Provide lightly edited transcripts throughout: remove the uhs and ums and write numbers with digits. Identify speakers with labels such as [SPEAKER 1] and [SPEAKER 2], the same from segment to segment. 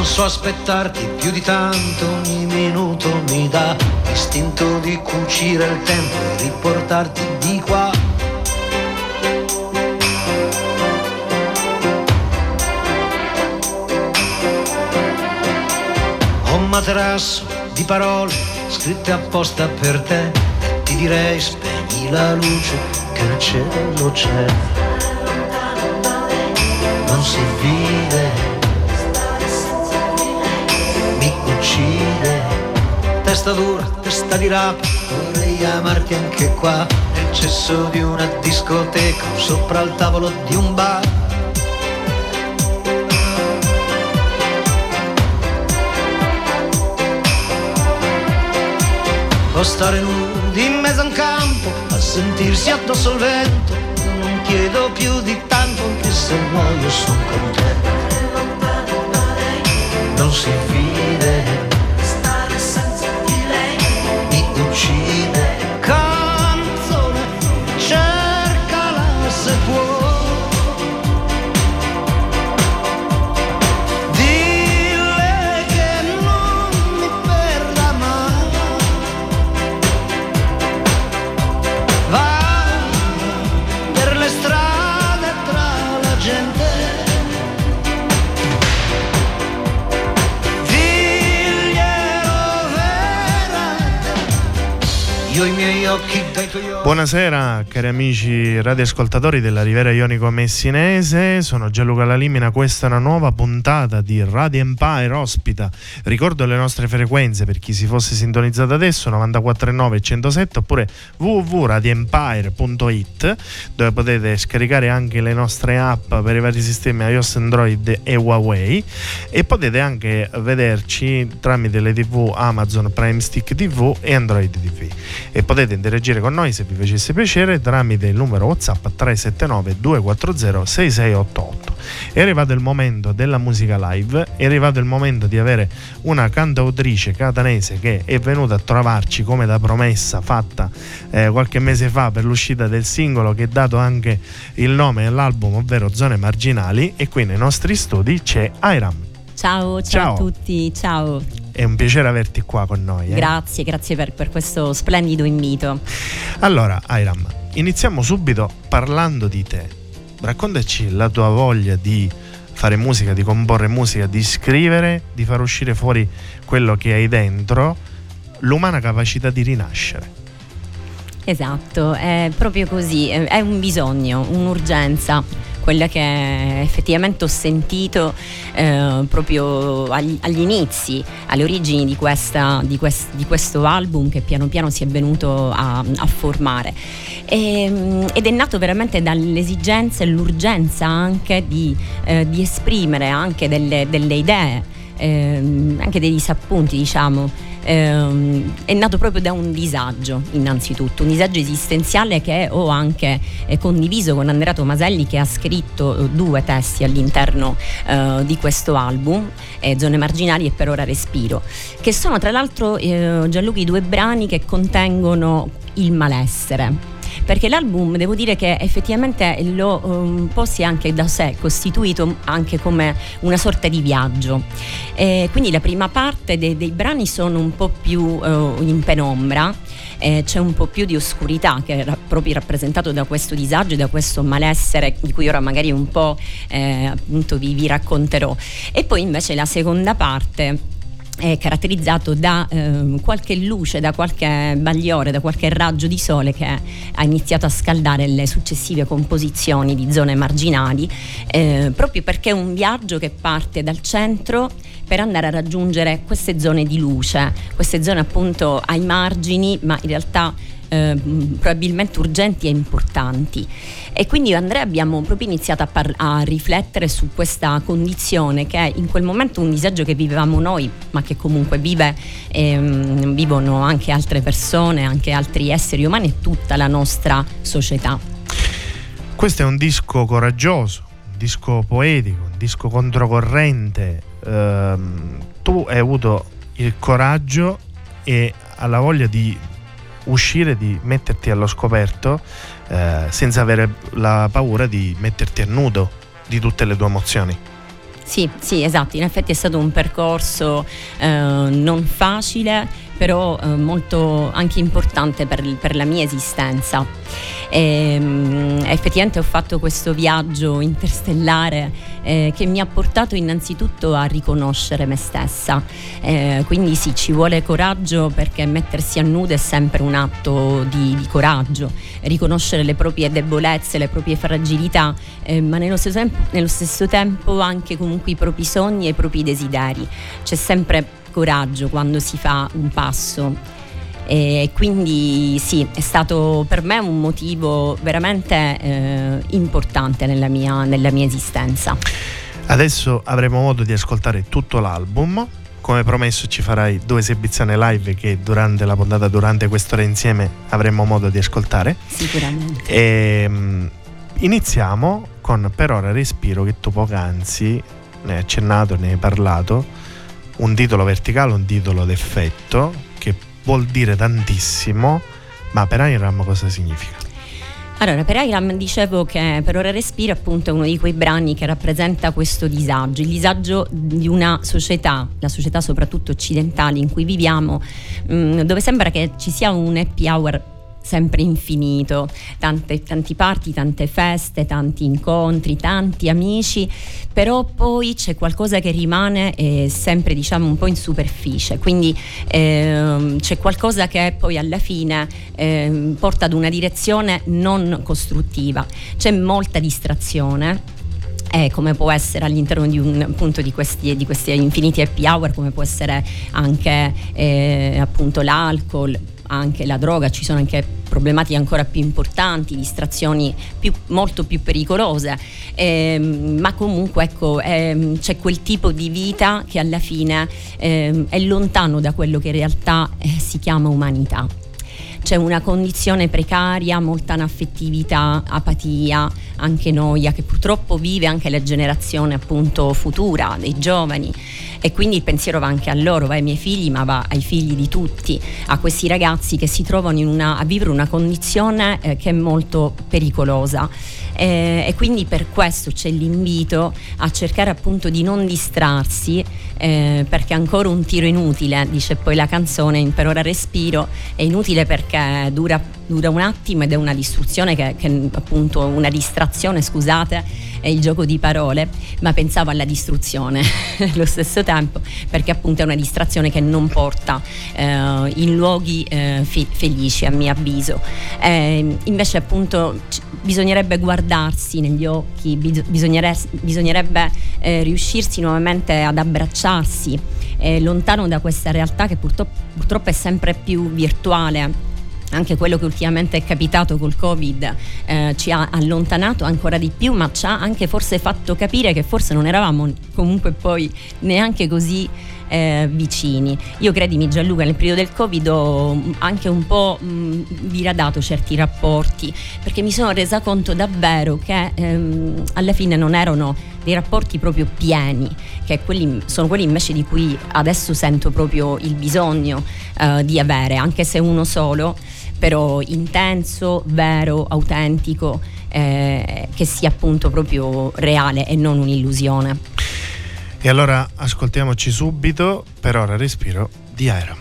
[SPEAKER 1] Non so aspettarti più di tanto, ogni minuto mi dà l'istinto di cucire il tempo e riportarti di qua. Ho un materasso di parole scritte apposta per te, ti direi spegni la luce che nel cielo c'è. Non si vive, mi uccide, testa dura, testa di rapa, vorrei amarti anche qua, nel cesso di una discoteca, sopra il tavolo di un bar. O stare nudi in mezzo a un campo, a sentirsi addosso il vento, non chiedo più di tanto, anche se muoio son contento. Non si vive, stare senza di lei mi uccide. Canzone, cercala se puoi. Dille che non mi perda mai. Va per le strade tra la gente. Io i miei occhi dai tuoi occhi.
[SPEAKER 2] Buonasera cari amici radioascoltatori della Riviera Ionico Messinese, sono Gianluca Lalimina, questa è una nuova puntata di Radio Empire ospita. Ricordo le nostre frequenze per chi si fosse sintonizzato adesso, 94.9 e 107 oppure www.radioempire.it, dove potete scaricare anche le nostre app per i vari sistemi iOS, Android e Huawei, e potete anche vederci tramite le TV Amazon Prime Stick TV e Android TV. E potete interagire con noi, se vi facesse piacere, tramite il numero WhatsApp 379 240 6688. È arrivato il momento della musica live, è arrivato il momento di avere una cantautrice catanese che è venuta a trovarci come da promessa fatta qualche mese fa per l'uscita del singolo che ha dato anche il nome all'album, ovvero Zone Marginali, e qui nei nostri studi c'è Airam.
[SPEAKER 3] Ciao a tutti, ciao.
[SPEAKER 2] È un piacere averti qua con noi.
[SPEAKER 3] Grazie per questo splendido invito.
[SPEAKER 2] Allora, Airam, iniziamo subito parlando di te. Raccontaci la tua voglia di fare musica, di comporre musica, di scrivere, di far uscire fuori quello che hai dentro, l'umana capacità di rinascere.
[SPEAKER 3] Esatto, è proprio così, è un bisogno, un'urgenza, quella che effettivamente ho sentito proprio agli inizi, alle origini di questo album che piano piano si è venuto a formare, ed è nato veramente dall'esigenza e l'urgenza anche di esprimere anche delle idee, anche dei disappunti, diciamo. È nato proprio da un disagio, innanzitutto un disagio esistenziale che ho anche condiviso con Andrea Tomaselli, che ha scritto 2 testi all'interno di questo album, Zone Marginali e Per ora respiro, che sono tra l'altro, Gianluca, i 2 brani che contengono il malessere, perché l'album, devo dire che effettivamente lo posi anche da sé costituito anche come una sorta di viaggio, quindi la prima parte dei brani sono un po' più in penombra, c'è un po' più di oscurità che è proprio rappresentato da questo disagio, da questo malessere di cui ora magari un po' appunto vi racconterò, e poi invece la seconda parte è caratterizzato da qualche luce, da qualche bagliore, da qualche raggio di sole che ha iniziato a scaldare le successive composizioni di Zone Marginali, proprio perché è un viaggio che parte dal centro per andare a raggiungere queste zone di luce, queste zone appunto ai margini, ma in realtà probabilmente urgenti e importanti. E quindi Andrea abbiamo proprio iniziato a riflettere su questa condizione che è in quel momento un disagio che vivevamo noi, ma che comunque vivono anche altre persone, anche altri esseri umani e tutta la nostra società.
[SPEAKER 2] Questo è un disco coraggioso, un disco poetico, un disco controcorrente. Tu hai avuto il coraggio e la voglia di uscire, di metterti allo scoperto, senza avere la paura di metterti a nudo di tutte le tue emozioni.
[SPEAKER 3] Sì, esatto, in effetti è stato un percorso non facile, però molto anche importante per la mia esistenza. Effettivamente ho fatto questo viaggio interstellare che mi ha portato innanzitutto a riconoscere me stessa, quindi sì, ci vuole coraggio, perché mettersi a nudo è sempre un atto di coraggio, riconoscere le proprie debolezze, le proprie fragilità, ma nello stesso tempo anche comunque i propri sogni e i propri desideri. C'è sempre coraggio quando si fa un passo, e quindi sì, è stato per me un motivo veramente importante nella mia esistenza.
[SPEAKER 2] Adesso avremo modo di ascoltare tutto l'album. Come promesso ci farai 2 esibizioni live che durante la puntata, durante quest'ora insieme, avremo modo di ascoltare.
[SPEAKER 3] Sicuramente.
[SPEAKER 2] Iniziamo con Per ora respiro, che tu poc'anzi ne hai accennato, ne hai parlato. Un titolo verticale, un titolo d'effetto, che vuol dire tantissimo, ma per Airam cosa significa?
[SPEAKER 3] Allora, per Airam dicevo che Per ora respiro appunto è uno di quei brani che rappresenta questo disagio, il disagio di una società, la società soprattutto occidentale in cui viviamo, dove sembra che ci sia un happy hour sempre infinito, tanti party, tante feste, tanti incontri, tanti amici, però poi c'è qualcosa che rimane sempre, diciamo, un po' in superficie, quindi c'è qualcosa che poi alla fine porta ad una direzione non costruttiva, c'è molta distrazione, come può essere all'interno di appunto di questi infiniti happy hour, come può essere anche appunto l'alcol, anche la droga. Ci sono anche problematiche ancora più importanti, distrazioni molto più pericolose, ma comunque ecco, c'è quel tipo di vita che alla fine è lontano da quello che in realtà si chiama umanità. C'è una condizione precaria, molta inaffettività, apatia, anche noia, che purtroppo vive anche la generazione appunto futura dei giovani, e quindi il pensiero va anche a loro, va ai miei figli, ma va ai figli di tutti, a questi ragazzi che si trovano a vivere una condizione che è molto pericolosa, e quindi per questo c'è l'invito a cercare appunto di non distrarsi, perché ancora un tiro inutile, dice poi la canzone in Per ora respiro, è inutile perché dura un attimo ed è una distruzione che appunto una distrazione, scusate, è il gioco di parole, ma pensavo alla distruzione allo stesso tempo, perché appunto è una distrazione che non porta in luoghi felici, a mio avviso. Invece appunto bisognerebbe guardarsi negli occhi, bisognerebbe riuscirsi nuovamente ad abbracciarsi, lontano da questa realtà che purtroppo è sempre più virtuale. Anche quello che ultimamente è capitato col Covid ci ha allontanato ancora di più, ma ci ha anche forse fatto capire che forse non eravamo comunque poi neanche così vicini. Io, credimi Gianluca, nel periodo del Covid ho anche un po' diradato certi rapporti, perché mi sono resa conto davvero che alla fine non erano dei rapporti proprio pieni, che sono quelli invece di cui adesso sento proprio il bisogno di avere, anche se uno solo, però intenso, vero, autentico, che sia appunto proprio reale e non un'illusione.
[SPEAKER 2] E allora ascoltiamoci subito Per ora respiro di Airam.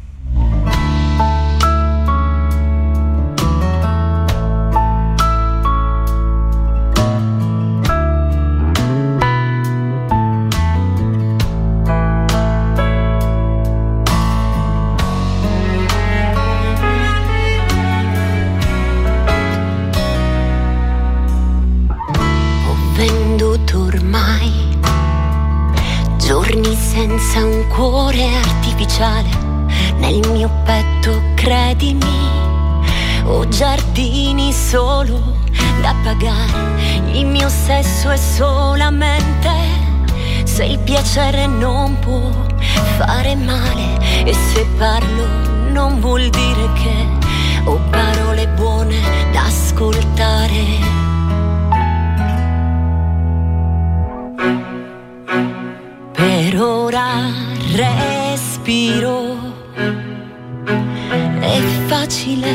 [SPEAKER 4] Senza un cuore artificiale nel mio petto, credimi, ho giardini solo da pagare. Il mio sesso è solamente se il piacere non può fare male, e se parlo non vuol dire che ho parole buone da ascoltare. Per ora respiro, è facile,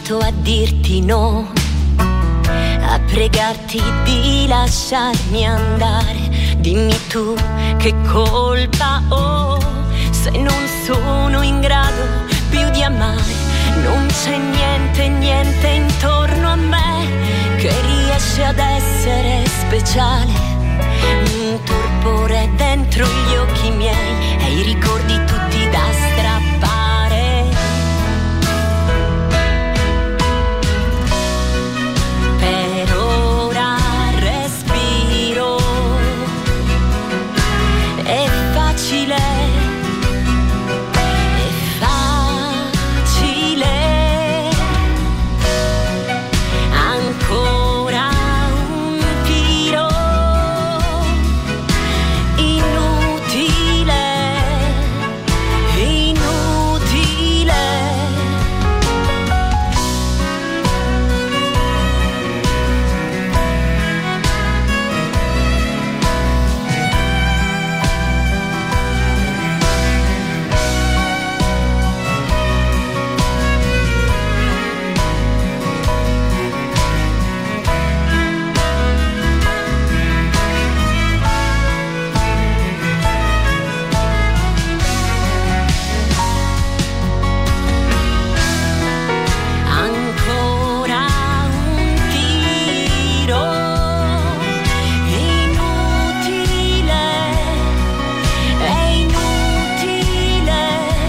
[SPEAKER 4] provato a dirti no, a pregarti di lasciarmi andare. Dimmi tu che colpa ho se non sono in grado più di amare. Non c'è niente intorno a me che riesce ad essere speciale. Un torpore dentro gli occhi miei e i ricordi tutti da strappare. Per ora respiro, è facile, è facile. Ancora un tiro inutile, inutile. Ancora un tiro inutile, è inutile.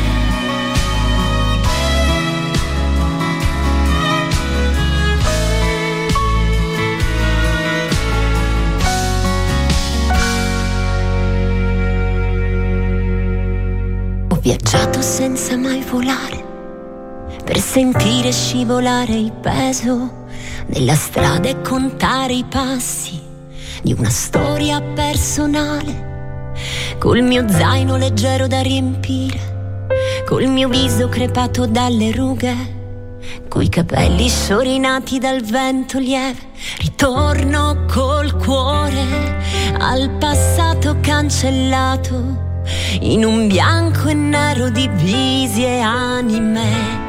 [SPEAKER 4] Ho viaggiato senza mai volare, per sentire scivolare il peso della strada e contare i passi di una storia personale. Col mio zaino leggero da riempire, col mio viso crepato dalle rughe, coi capelli sciorinati dal vento lieve, ritorno col cuore al passato cancellato, in un bianco e nero di visi e anime,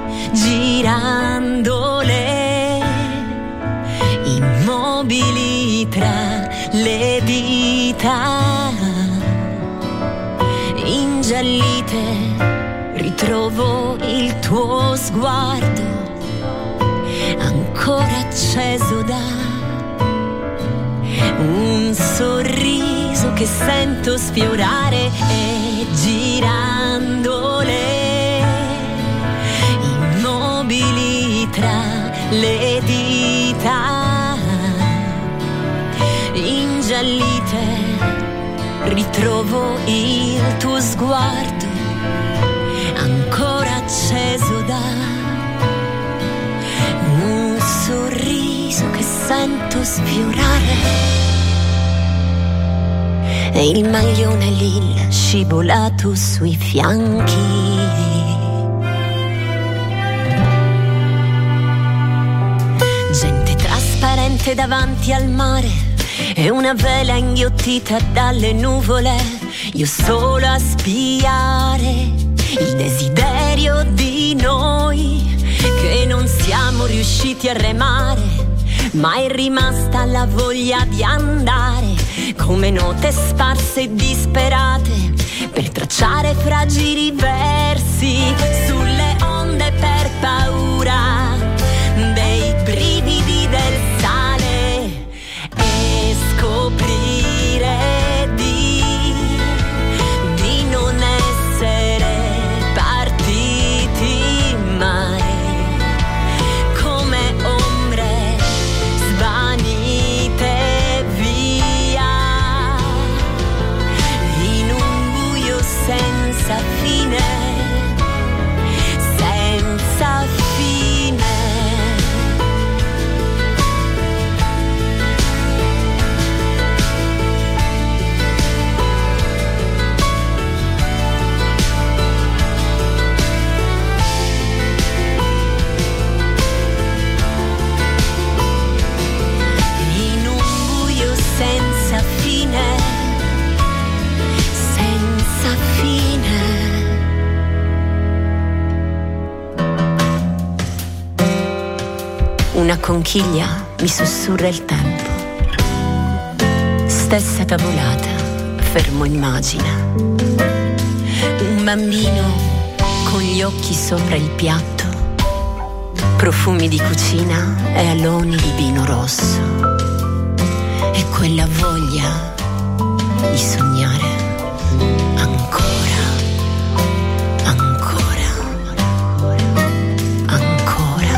[SPEAKER 4] girandole immobili tra le dita, ingiallite, ritrovo il tuo sguardo ancora acceso da un sorriso che sento sfiorare, e girandole immobili tra le dita, ingiallite, ritrovo il tuo sguardo ancora acceso da un sorriso che sento sfiorare. E il maglione lilla scivolato sui fianchi, gente trasparente davanti al mare e una vela inghiottita dalle nuvole, io solo a spiare il desiderio di noi che non siamo riusciti a remare, ma è rimasta la voglia di andare, come note sparse e disperate, per tracciare fragili versi sulle onde per paura dei brividi del sale, e scoprire di non essere partiti mai, come ombre svanite via in un buio senza fine, senza fine. Una conchiglia mi sussurra il tempo. Stessa tavolata, fermo immagina. Un bambino con gli occhi sopra il piatto. Profumi di cucina e aloni di vino rosso. E quella voglia di sognare ancora, ancora, ancora.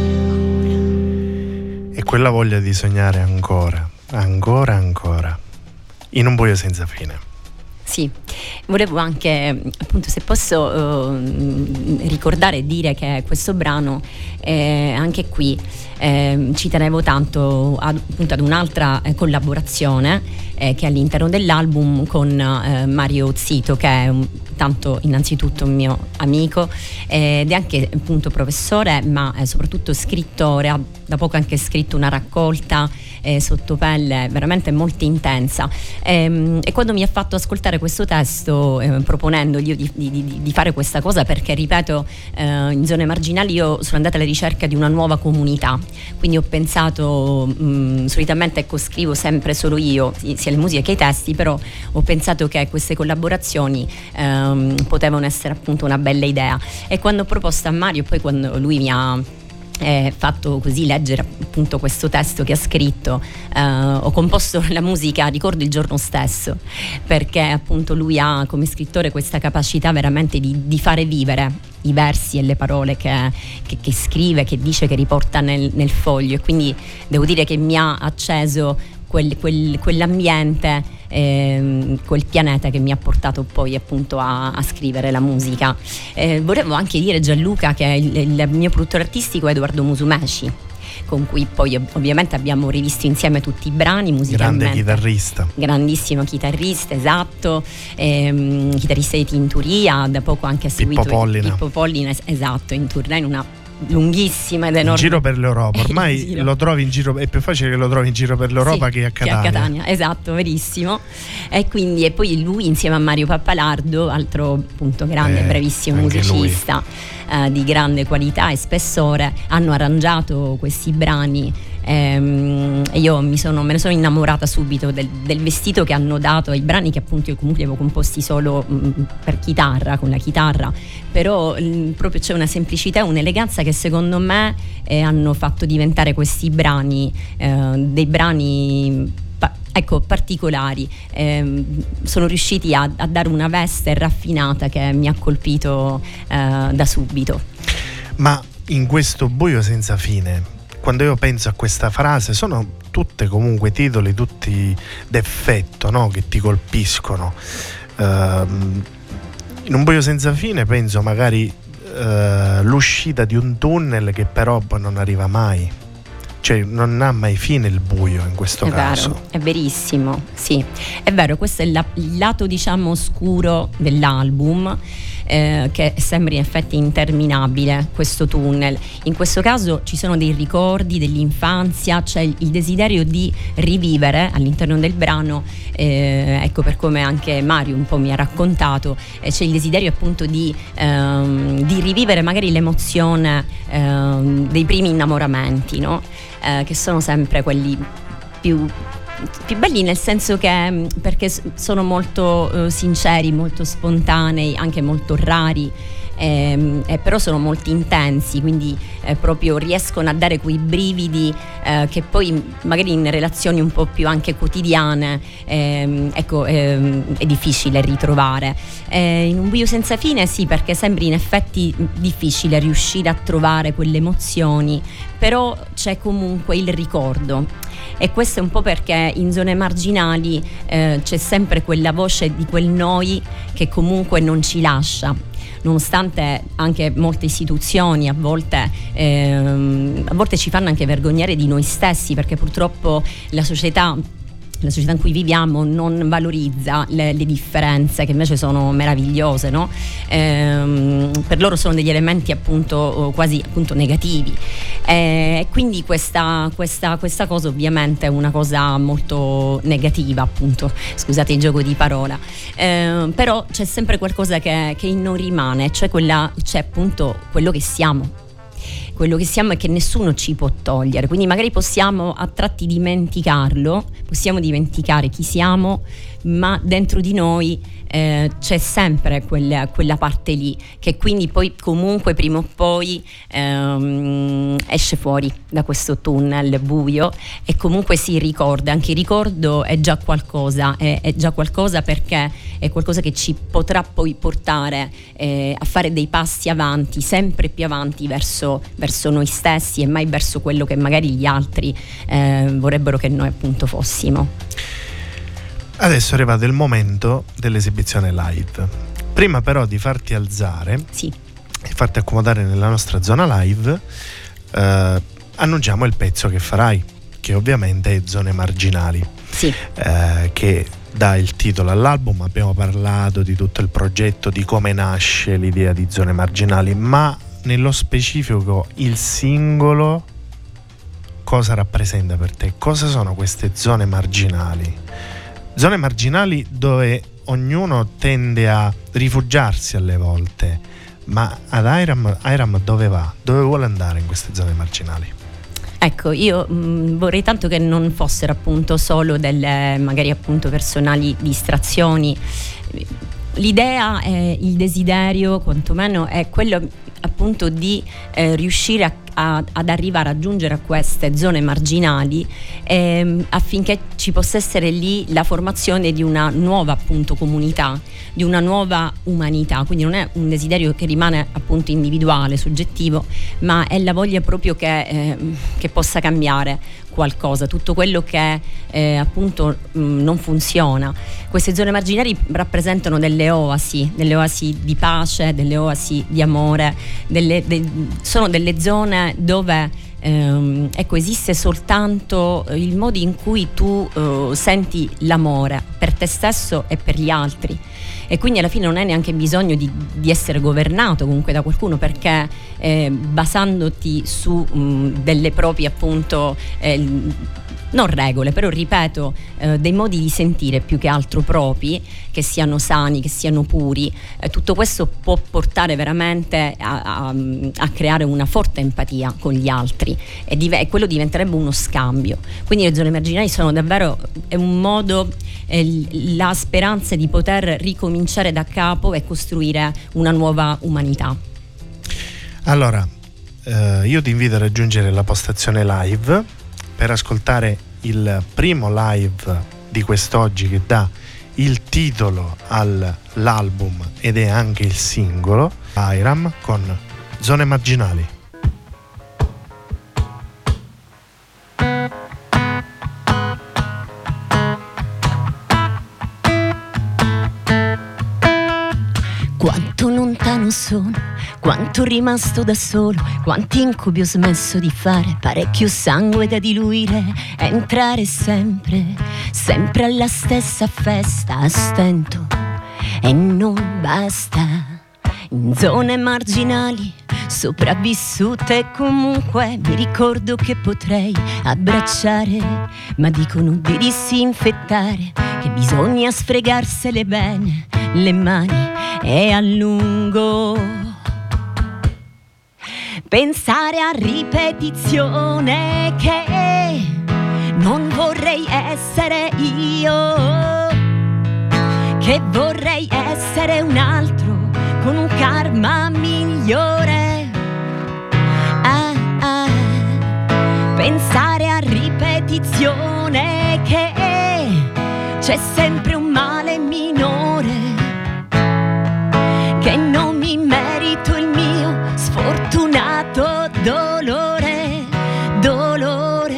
[SPEAKER 2] E quella voglia di sognare ancora, ancora, ancora, in un buio senza fine.
[SPEAKER 3] Sì, volevo anche, appunto, se posso ricordare e dire che questo brano, anche qui ci tenevo tanto appunto ad un'altra collaborazione che è all'interno dell'album con Mario Zito, che è tanto innanzitutto un mio amico ed è anche appunto professore, ma soprattutto scrittore. Ha da poco anche scritto una raccolta Sottopelle veramente molto intensa, e quando mi ha fatto ascoltare questo testo proponendogli di fare questa cosa, perché ripeto, in Zone Marginali io sono andata alla ricerca di una nuova comunità, quindi ho pensato, solitamente ecco scrivo sempre solo io sia le musiche che i testi, però ho pensato che queste collaborazioni potevano essere appunto una bella idea, e quando ho proposto a Mario, poi quando lui mi ha fatto così leggere appunto questo testo che ha scritto, ho composto la musica, ricordo il giorno stesso, perché appunto lui ha come scrittore questa capacità veramente di fare vivere i versi e le parole che scrive, che dice, che riporta nel foglio, e quindi devo dire che mi ha acceso quell'ambiente, quel pianeta che mi ha portato poi appunto a scrivere la musica. Volevo anche dire, Gianluca, che il mio produttore artistico è Edoardo Musumeci, con cui poi ovviamente abbiamo rivisto insieme tutti i brani musicalmente.
[SPEAKER 2] Grande chitarrista.
[SPEAKER 3] Grandissimo chitarrista, esatto, chitarrista di Tinturia, da poco anche ha seguito Pippo Pollina, esatto, in tournée in una lunghissima ed enorme.
[SPEAKER 2] In giro per l'Europa, ormai lo trovi in giro, è più facile che lo trovi in giro per l'Europa, sì, che a Catania.
[SPEAKER 3] Esatto, verissimo. E quindi, e poi lui insieme a Mario Pappalardo, altro appunto grande, bravissimo musicista, di grande qualità e spessore, hanno arrangiato questi brani. Io me ne sono innamorata subito del vestito che hanno dato ai brani, che appunto io comunque avevo composti solo per chitarra, con la chitarra, però proprio c'è una semplicità e un'eleganza che secondo me hanno fatto diventare questi brani dei brani particolari. Sono riusciti a dare una veste raffinata che mi ha colpito da subito.
[SPEAKER 2] Ma in questo buio senza fine, quando io penso a questa frase, sono tutte comunque titoli, tutti d'effetto, no? Che ti colpiscono. In un buio senza fine penso magari l'uscita di un tunnel che però non arriva mai, cioè non ha mai fine il buio in questo caso.
[SPEAKER 3] Vero, è verissimo, sì, è vero, questo è il lato diciamo oscuro dell'album, che sembra in effetti interminabile, questo tunnel. In questo caso ci sono dei ricordi dell'infanzia, c'è il desiderio di rivivere all'interno del brano, ecco, per come anche Mario un po' mi ha raccontato, c'è il desiderio appunto di rivivere magari l'emozione dei primi innamoramenti, no? Che sono sempre quelli più belli, nel senso che perché sono molto sinceri, molto spontanei, anche molto rari, però sono molto intensi, quindi proprio riescono a dare quei brividi che poi magari in relazioni un po' più anche quotidiane ecco, è difficile ritrovare. In un buio senza fine sì, perché sembra in effetti difficile riuscire a trovare quelle emozioni, però c'è comunque il ricordo. E questo è un po' perché in Zone Marginali c'è sempre quella voce di quel noi che comunque non ci lascia, nonostante anche molte istituzioni a volte ci fanno anche vergognare di noi stessi, perché purtroppo la società in cui viviamo non valorizza le differenze, che invece sono meravigliose, no? Per loro sono degli elementi appunto quasi appunto negativi, e quindi questa cosa ovviamente è una cosa molto negativa, appunto, scusate il gioco di parola, però c'è sempre qualcosa che non rimane, c'è appunto quello che siamo quello che siamo e che nessuno ci può togliere, quindi magari possiamo a tratti dimenticarlo, possiamo dimenticare chi siamo, ma dentro di noi c'è sempre quella parte lì che quindi poi comunque prima o poi esce fuori da questo tunnel buio e comunque si ricorda. Anche il ricordo è già qualcosa, è già qualcosa, perché è qualcosa che ci potrà poi portare a fare dei passi avanti, sempre più avanti verso noi stessi e mai verso quello che magari gli altri vorrebbero che noi appunto fossimo.
[SPEAKER 2] Adesso è arrivato il momento dell'esibizione live. Prima però di farti alzare
[SPEAKER 3] sì,
[SPEAKER 2] e farti accomodare nella nostra zona live, annunciamo il pezzo che farai, che ovviamente è Zone Marginali,
[SPEAKER 3] sì.
[SPEAKER 2] Che dà il titolo all'album. Abbiamo parlato di tutto il progetto, di come nasce l'idea di Zone Marginali, ma nello specifico il singolo cosa rappresenta per te? Cosa sono queste zone marginali? Zone marginali dove ognuno tende a rifugiarsi alle volte, ma ad Airam dove va? Dove vuole andare in queste zone marginali?
[SPEAKER 3] Ecco, io vorrei tanto che non fossero appunto solo delle magari appunto personali distrazioni. L'idea, il desiderio quantomeno è quello appunto di riuscire ad arrivare a raggiungere a queste zone marginali affinché ci possa essere lì la formazione di una nuova appunto comunità, di una nuova umanità. Quindi non è un desiderio che rimane appunto individuale, soggettivo, ma è la voglia proprio che possa cambiare qualcosa, tutto quello che appunto non funziona. Queste zone marginali rappresentano delle oasi di pace, delle oasi di amore, sono delle zone dove ecco, esiste soltanto il modo in cui tu senti l'amore per te stesso e per gli altri, e quindi alla fine non hai neanche bisogno di essere governato comunque da qualcuno, perché basandoti su delle proprie appunto non regole, però ripeto, dei modi di sentire più che altro propri, che siano sani, che siano puri, tutto questo può portare veramente a creare una forte empatia con gli altri e quello diventerebbe uno scambio. Quindi le zone marginali sono davvero è un modo, la speranza di poter ricominciare da capo e costruire una nuova umanità.
[SPEAKER 2] Allora, io ti invito a raggiungere la postazione live per ascoltare il primo live di quest'oggi, che dà il titolo all'album ed è anche il singolo, Airam con Zone Marginali.
[SPEAKER 4] Quanto lontano sono, quanto rimasto da solo, quanti incubi ho smesso di fare, parecchio sangue da diluire, entrare sempre alla stessa festa, a stento e non basta. In zone marginali, sopravvissute comunque, mi ricordo che potrei abbracciare, ma dicono di disinfettare, che bisogna sfregarsele bene le mani e a lungo. Pensare a ripetizione, che non vorrei essere io, che vorrei essere un altro con un karma migliore. Pensare a ripetizione, che c'è sempre un male minore, che non mi merito il mio sfortunato dolore, dolore.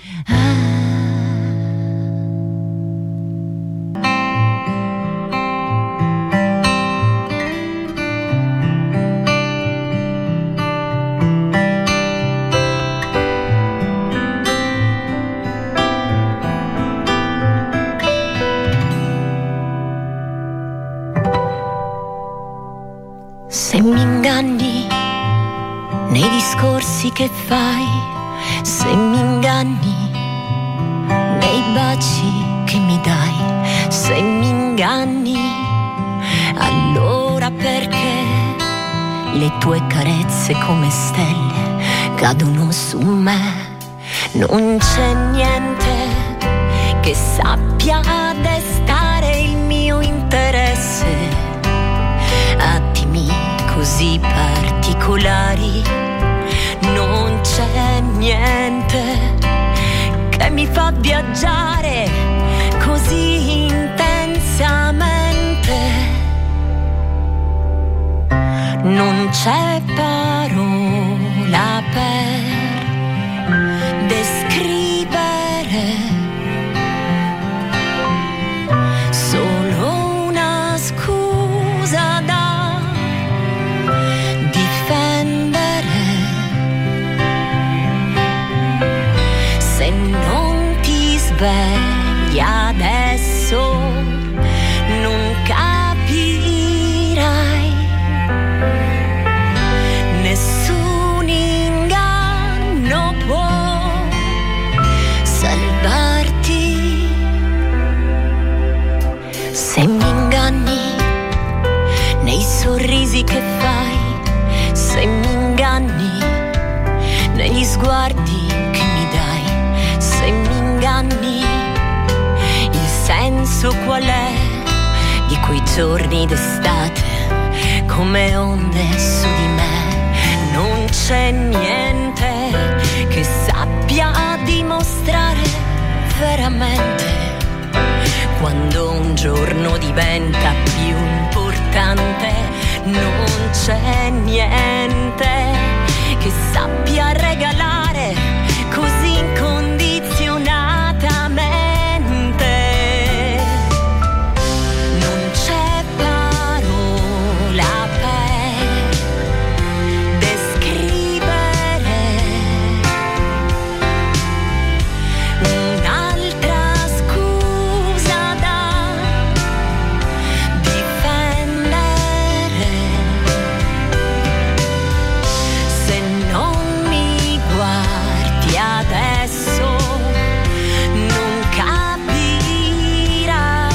[SPEAKER 4] Se mi inganni nei discorsi che fai, se mi inganni nei baci che mi dai, se mi inganni, allora perché le tue carezze come stelle cadono su me. Non c'è niente che sappia destare il mio interesse. Attimi così particolari. Non c'è niente che mi fa viaggiare così intensamente. Non c'è parola per descrivere, solo una scusa da difendere. Se non ti svegli adesso non capirai. Nessun inganno può salvarti. Se mi inganni nei sorrisi che fai, se mi inganni negli sguardi che mi dai, se mi inganni, il senso qual è di quei giorni d'estate come onde su di me? Non c'è niente che sappia dimostrare veramente quando un giorno diventa più importante. Non c'è niente che sappia regalare così incondizionatamente. Non c'è parola per descrivere un'altra scusa da difendere. Se non mi guardi adesso non capirai.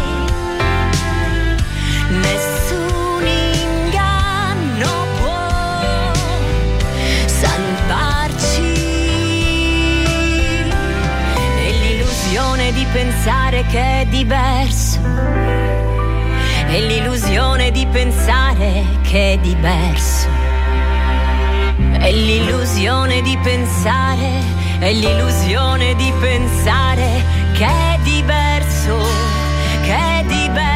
[SPEAKER 4] Nessun inganno può salvarci. E l'illusione di pensare che è diverso, e l'illusione di pensare che è diverso, è l'illusione di pensare, è l'illusione di pensare che è diverso, che è diverso.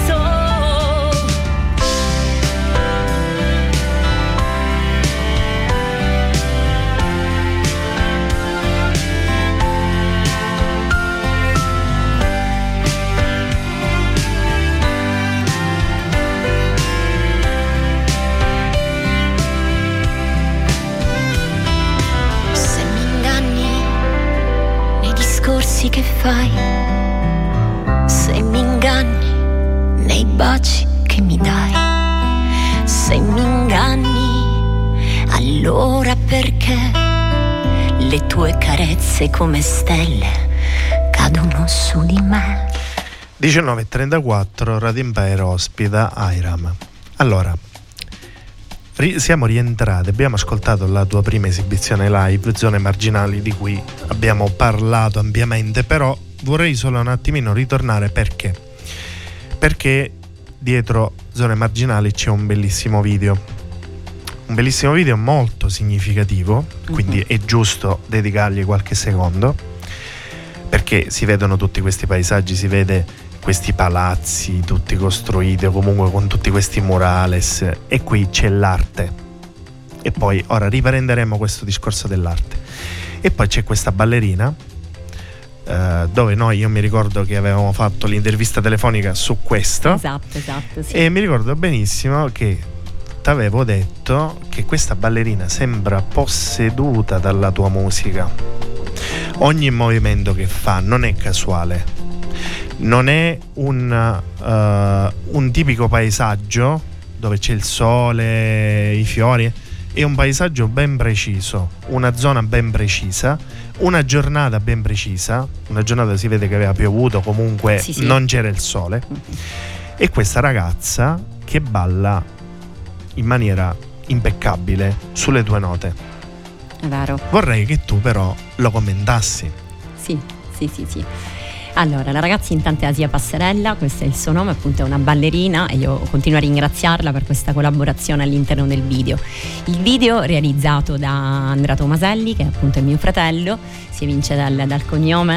[SPEAKER 4] Se mi inganni nei discorsi che fai, se mi inganni nei baci che mi dai, se mi inganni allora perché le tue carezze come stelle cadono su di me.
[SPEAKER 2] 19.34, Radio Impero ospita Airam. Allora, siamo rientrati, abbiamo ascoltato la tua prima esibizione live, Zone Marginali, di cui abbiamo parlato ampiamente, però vorrei solo un attimino ritornare perché dietro Zone Marginali c'è un bellissimo video molto significativo, quindi è giusto dedicargli qualche secondo, perché si vedono tutti questi paesaggi, si vede questi palazzi tutti costruiti, o comunque con tutti questi murales, e qui c'è l'arte. E poi ora riprenderemo questo discorso dell'arte. E poi c'è questa ballerina dove io mi ricordo che avevamo fatto l'intervista telefonica su questo.
[SPEAKER 3] Esatto, sì.
[SPEAKER 2] E mi ricordo benissimo che t'avevo detto che questa ballerina sembra posseduta dalla tua musica. Ogni movimento che fa non è casuale, non è un tipico paesaggio dove c'è il sole, i fiori. È un paesaggio ben preciso, una zona ben precisa, una giornata ben precisa. Una giornata si vede che aveva piovuto, comunque sì. Non c'era il sole. E questa ragazza che balla in maniera impeccabile sulle tue note.
[SPEAKER 3] è vero.
[SPEAKER 2] Vorrei che tu però lo commentassi.
[SPEAKER 3] Sì. Allora, la ragazza intanto è Asia Passerella, questo è il suo nome, appunto è una ballerina e io continuo a ringraziarla per questa collaborazione all'interno del video. Il video realizzato da Andrea Tomaselli, che è appunto mio fratello, si evince dal cognome,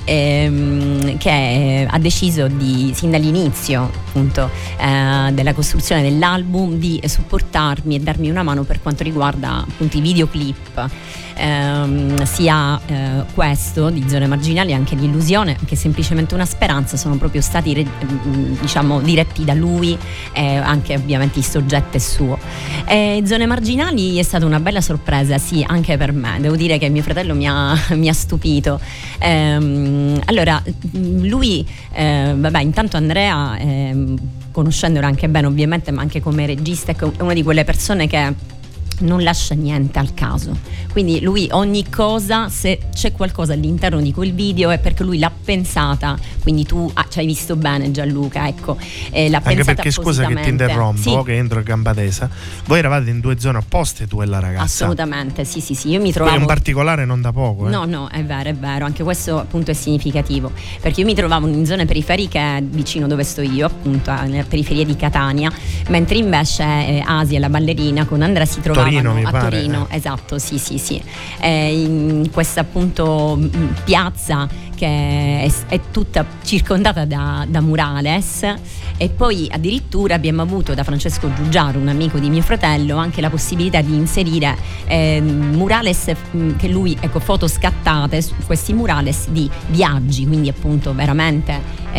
[SPEAKER 3] che ha deciso sin dall'inizio appunto della costruzione dell'album di supportarmi e darmi una mano per quanto riguarda appunto i videoclip. Sia questo di Zone Marginali, anche di Illusione, che semplicemente una speranza, sono proprio stati diciamo diretti da lui, anche ovviamente il soggetto è suo. Zone Marginali è stata una bella sorpresa, sì, anche per me, devo dire che mio fratello mi ha stupito. Allora lui vabbè, intanto Andrea, conoscendolo anche bene ovviamente, ma anche come regista, è una di quelle persone che non lascia niente al caso, quindi lui ogni cosa, se c'è qualcosa all'interno di quel video è perché lui l'ha pensata, quindi tu ci hai visto bene Gianluca, ecco, l'ha
[SPEAKER 2] anche
[SPEAKER 3] pensata
[SPEAKER 2] perché, scusa che ti interrompo,
[SPEAKER 3] sì,
[SPEAKER 2] che entro a gamba tesa, voi eravate in due zone opposte, tu e la ragazza?
[SPEAKER 3] Assolutamente, sì, io mi trovavo,
[SPEAKER 2] in un particolare non da poco,
[SPEAKER 3] no, è vero, anche questo appunto è significativo, perché io mi trovavo in zone periferiche vicino dove sto io, appunto nella periferia di Catania, mentre invece Asia, la ballerina, con Andrea si trovava a Torino, esatto, sì. In questa appunto piazza che è tutta circondata da murales, e poi addirittura abbiamo avuto da Francesco Giugiaro, un amico di mio fratello, anche la possibilità di inserire murales che lui, ecco, foto scattate su questi murales di viaggi, quindi appunto veramente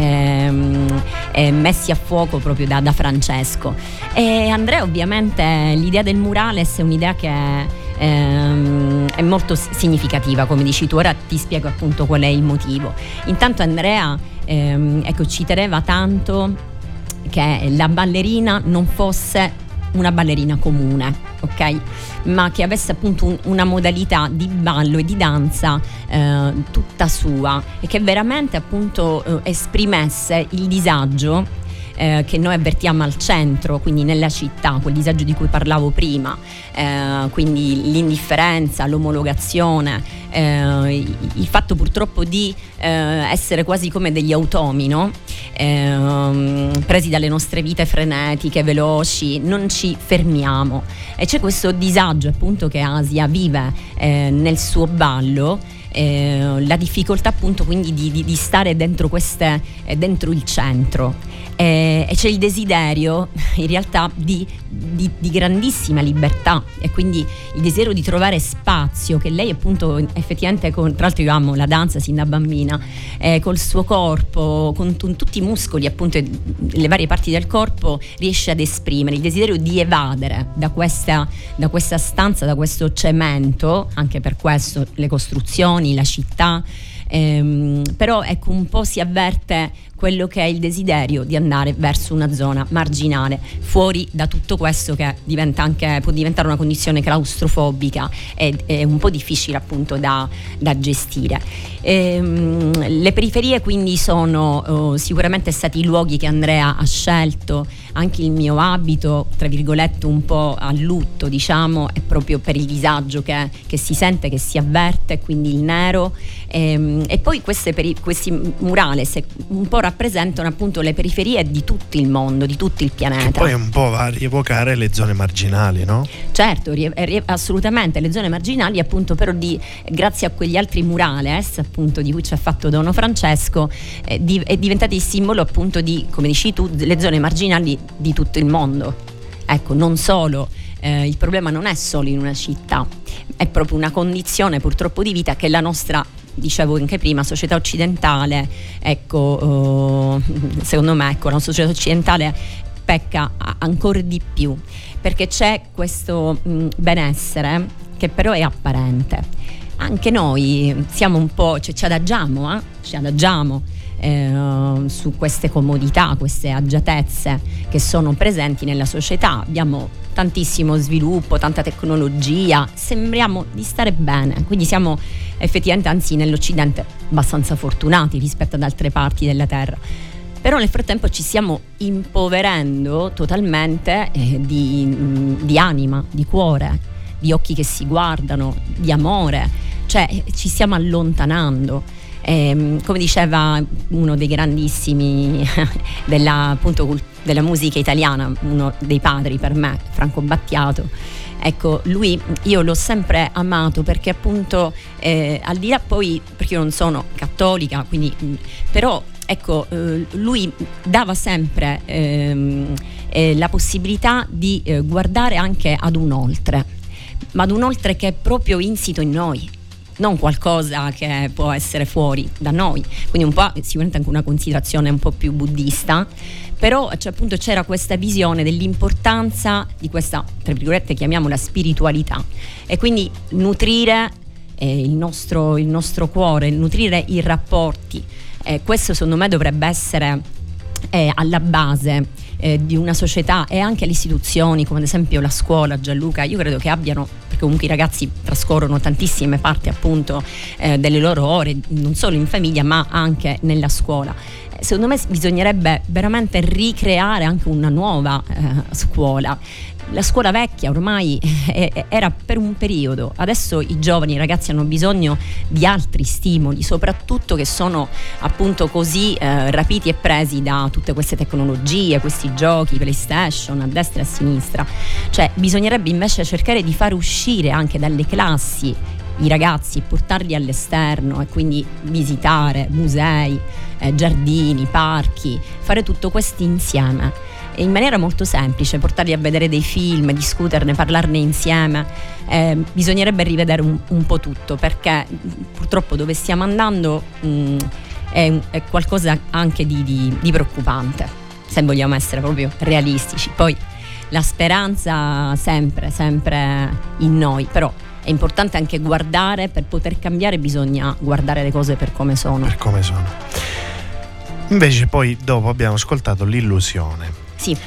[SPEAKER 3] messi a fuoco proprio da Francesco. E Andrea, ovviamente l'idea del murales è un'idea che è molto significativa, come dici tu. Ora ti spiego appunto qual è il motivo. Intanto Andrea ecco, ci teneva tanto che la ballerina non fosse una ballerina comune, ok? Ma che avesse appunto una modalità di ballo e di danza tutta sua, e che veramente appunto esprimesse il disagio che noi avvertiamo al centro, quindi nella città, quel disagio di cui parlavo prima, quindi l'indifferenza, l'omologazione, il fatto purtroppo di essere quasi come degli automi, no? Presi dalle nostre vite frenetiche, veloci, non ci fermiamo, e c'è questo disagio appunto che Asia vive nel suo ballo, la difficoltà appunto quindi di stare dentro dentro il centro, e c'è il desiderio in realtà di grandissima libertà, e quindi il desiderio di trovare spazio che lei appunto effettivamente, tra l'altro io amo la danza sin da bambina, col suo corpo, con tutti i muscoli appunto, le varie parti del corpo, riesce ad esprimere il desiderio di evadere da questa stanza, da questo cemento, anche per questo le costruzioni, la città, però ecco, un po' si avverte quello che è il desiderio di andare verso una zona marginale, fuori da tutto questo che può diventare una condizione claustrofobica e un po' difficile appunto da gestire. Le periferie quindi sono sicuramente stati i luoghi che Andrea ha scelto. Anche il mio abito, tra virgolette, un po' a lutto, diciamo, è proprio per il disagio che si sente, che si avverte, quindi il nero. E poi questi murales un po' rappresentano appunto le periferie di tutto il mondo, di tutto il pianeta.
[SPEAKER 2] Che poi un po' va a rievocare le zone marginali, no? Certo,
[SPEAKER 3] assolutamente, le zone marginali appunto, però grazie a quegli altri murales appunto di cui ci ha fatto dono Francesco, è diventato il simbolo appunto di, come dici tu, le zone marginali di tutto il mondo. Ecco, non solo, il problema non è solo in una città, è proprio una condizione purtroppo di vita che la nostra, dicevo anche prima, società occidentale, ecco, secondo me, ecco, la società occidentale pecca ancora di più, perché c'è questo benessere che però è apparente. Anche noi siamo un po', cioè, ci adagiamo su queste comodità, queste agiatezze che sono presenti nella società. Abbiamo tantissimo sviluppo, tanta tecnologia, sembriamo di stare bene, quindi siamo effettivamente, anzi nell'Occidente, abbastanza fortunati rispetto ad altre parti della terra. Però nel frattempo ci stiamo impoverendo totalmente di anima, di cuore, di occhi che si guardano, di amore, cioè ci stiamo allontanando. Come diceva uno dei grandissimi della musica italiana, uno dei padri per me, Franco Battiato, ecco, lui io l'ho sempre amato perché appunto al di là poi, perché io non sono cattolica, quindi però ecco, lui dava sempre la possibilità di guardare anche ad un oltre, ma ad un oltre che è proprio insito in noi, non qualcosa che può essere fuori da noi, quindi un po' sicuramente anche una considerazione un po' più buddista, però cioè, appunto c'era questa visione dell'importanza di questa, tra virgolette, chiamiamola spiritualità, e quindi nutrire il nostro cuore, nutrire i rapporti, questo secondo me dovrebbe essere alla base di una società, e anche le istituzioni come ad esempio la scuola. Gianluca, io credo che abbiano, perché comunque i ragazzi trascorrono tantissime parti appunto delle loro ore non solo in famiglia ma anche nella scuola. Secondo me bisognerebbe veramente ricreare anche una nuova scuola. La scuola vecchia ormai era per un periodo, adesso i giovani, i ragazzi hanno bisogno di altri stimoli, soprattutto che sono appunto così rapiti e presi da tutte queste tecnologie, questi giochi, PlayStation a destra e a sinistra. Cioè bisognerebbe invece cercare di far uscire anche dalle classi i ragazzi, portarli all'esterno e quindi visitare musei, giardini, parchi, fare tutto questo insieme. E in maniera molto semplice, portarli a vedere dei film, discuterne, parlarne insieme. Bisognerebbe rivedere un po' tutto, perché purtroppo dove stiamo andando è qualcosa anche di preoccupante, se vogliamo essere proprio realistici. Poi la speranza sempre in noi, però è importante anche guardare, per poter cambiare bisogna guardare le cose per come sono.
[SPEAKER 2] Per come sono. Invece poi dopo abbiamo ascoltato l'illusione.
[SPEAKER 3] Sì.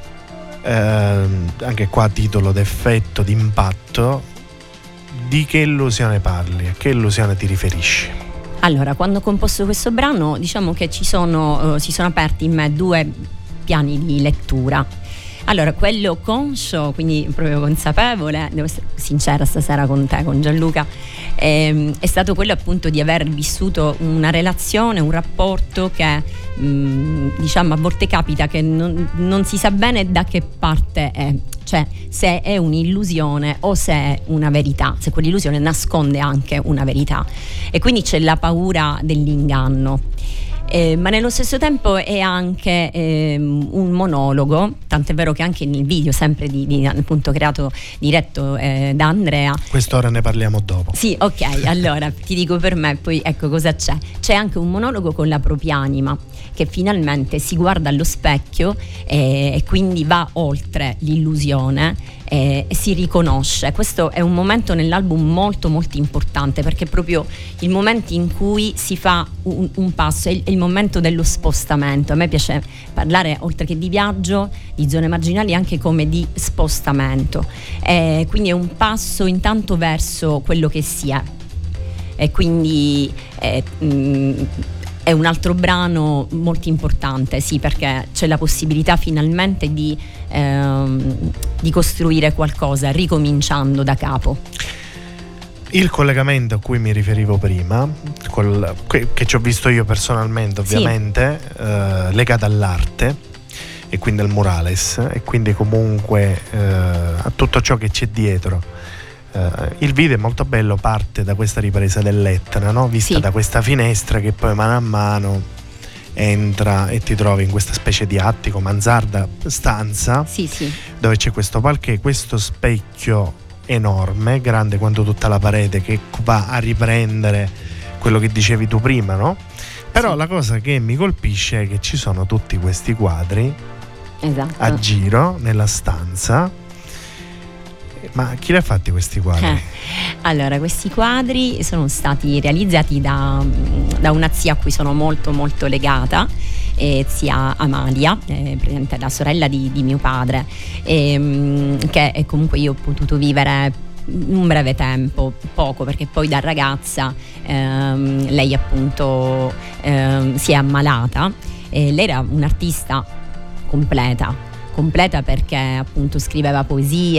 [SPEAKER 2] Anche qua a titolo d'effetto, d'impatto, di che illusione parli? A che illusione ti riferisci?
[SPEAKER 3] Allora, quando ho composto questo brano, diciamo che si sono aperti in me due piani di lettura. Allora, quello conscio, quindi proprio consapevole, devo essere sincera stasera con te, con Gianluca, è stato quello appunto di aver vissuto una relazione, un rapporto che diciamo a volte capita che non si sa bene da che parte è, cioè se è un'illusione o se è una verità, se quell'illusione nasconde anche una verità, e quindi c'è la paura dell'inganno. Ma nello stesso tempo è anche un monologo, tant'è vero che anche nel video, sempre appunto diretto da Andrea.
[SPEAKER 2] Quest'ora ne parliamo dopo.
[SPEAKER 3] Sì, ok, allora ti dico per me, poi ecco cosa c'è. C'è anche un monologo con la propria anima, che finalmente si guarda allo specchio e quindi va oltre l'illusione e si riconosce. Questo è un momento nell'album molto molto importante, perché è proprio il momento in cui si fa un passo, è il momento dello spostamento. A me piace parlare, oltre che di viaggio, di zone marginali, anche come di spostamento, quindi è un passo intanto verso quello che si è, e quindi è un altro brano molto importante, sì, perché c'è la possibilità finalmente di costruire qualcosa ricominciando da capo.
[SPEAKER 2] Il collegamento a cui mi riferivo prima, che ci ho visto io personalmente ovviamente, sì, legato all'arte e quindi al murales, e quindi comunque a tutto ciò che c'è dietro. Il video è molto bello, parte da questa ripresa dell'Etna, no? Vista sì, da questa finestra, che poi mano a mano entra e ti trovi in questa specie di attico, mansarda, stanza,
[SPEAKER 3] sì,
[SPEAKER 2] dove c'è questo palquet, questo specchio enorme, grande quanto tutta la parete, che va a riprendere quello che dicevi tu prima, no? Però sì, la cosa che mi colpisce è che ci sono tutti questi quadri,
[SPEAKER 3] esatto,
[SPEAKER 2] a giro nella stanza. Ma chi li ha fatti questi quadri?
[SPEAKER 3] Allora, questi quadri sono stati realizzati da una zia a cui sono molto molto legata, zia Amalia, praticamente la sorella di mio padre, che comunque io ho potuto vivere un breve tempo, poco, perché poi da ragazza lei appunto si è ammalata. Lei era un'artista completa perché appunto scriveva poesie,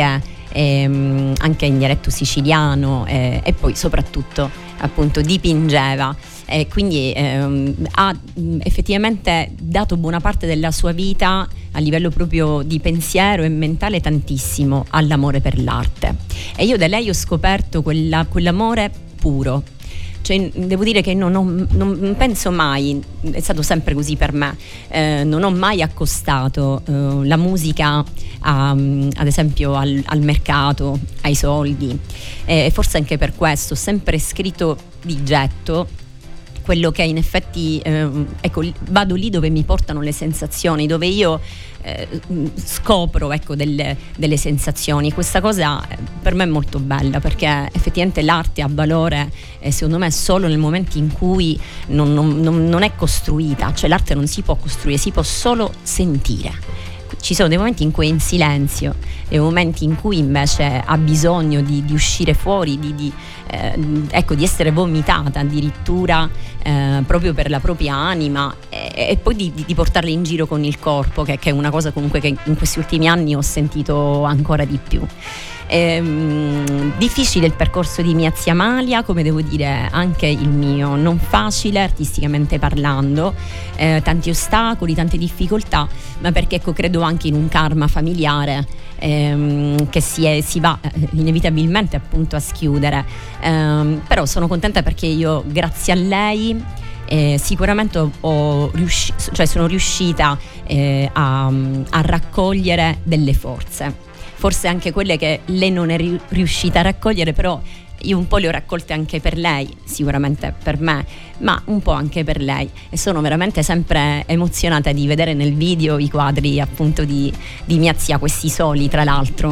[SPEAKER 3] anche in dialetto siciliano, e poi soprattutto appunto dipingeva, e quindi ha effettivamente dato buona parte della sua vita a livello proprio di pensiero e mentale tantissimo all'amore per l'arte, e io da lei ho scoperto quell'amore puro. Cioè, devo dire che non penso mai, è stato sempre così per me, non ho mai accostato la musica ad esempio al mercato, ai soldi, e forse anche per questo ho sempre scritto di getto quello che in effetti ecco, vado lì dove mi portano le sensazioni, dove io scopro, ecco, delle sensazioni. Questa cosa per me è molto bella, perché effettivamente l'arte ha valore secondo me solo nel momento in cui non è costruita, cioè l'arte non si può costruire, si può solo sentire. Ci sono dei momenti in cui è in silenzio, dei momenti in cui invece ha bisogno di uscire fuori, di essere vomitata addirittura proprio per la propria anima, e poi di portarla in giro con il corpo, che è una cosa comunque che in questi ultimi anni ho sentito ancora di più. Difficile il percorso di mia zia Amalia, come devo dire anche il mio, non facile artisticamente parlando, tanti ostacoli, tante difficoltà, ma perché ecco, credo anche in un karma familiare che si va inevitabilmente appunto a schiudere, però sono contenta perché io grazie a lei sicuramente sono riuscita a raccogliere delle forze, forse anche quelle che lei non è riuscita a raccogliere, però io un po' le ho raccolte anche per lei, sicuramente per me, ma un po' anche per lei, e sono veramente sempre emozionata di vedere nel video i quadri appunto di mia zia, questi soli tra l'altro.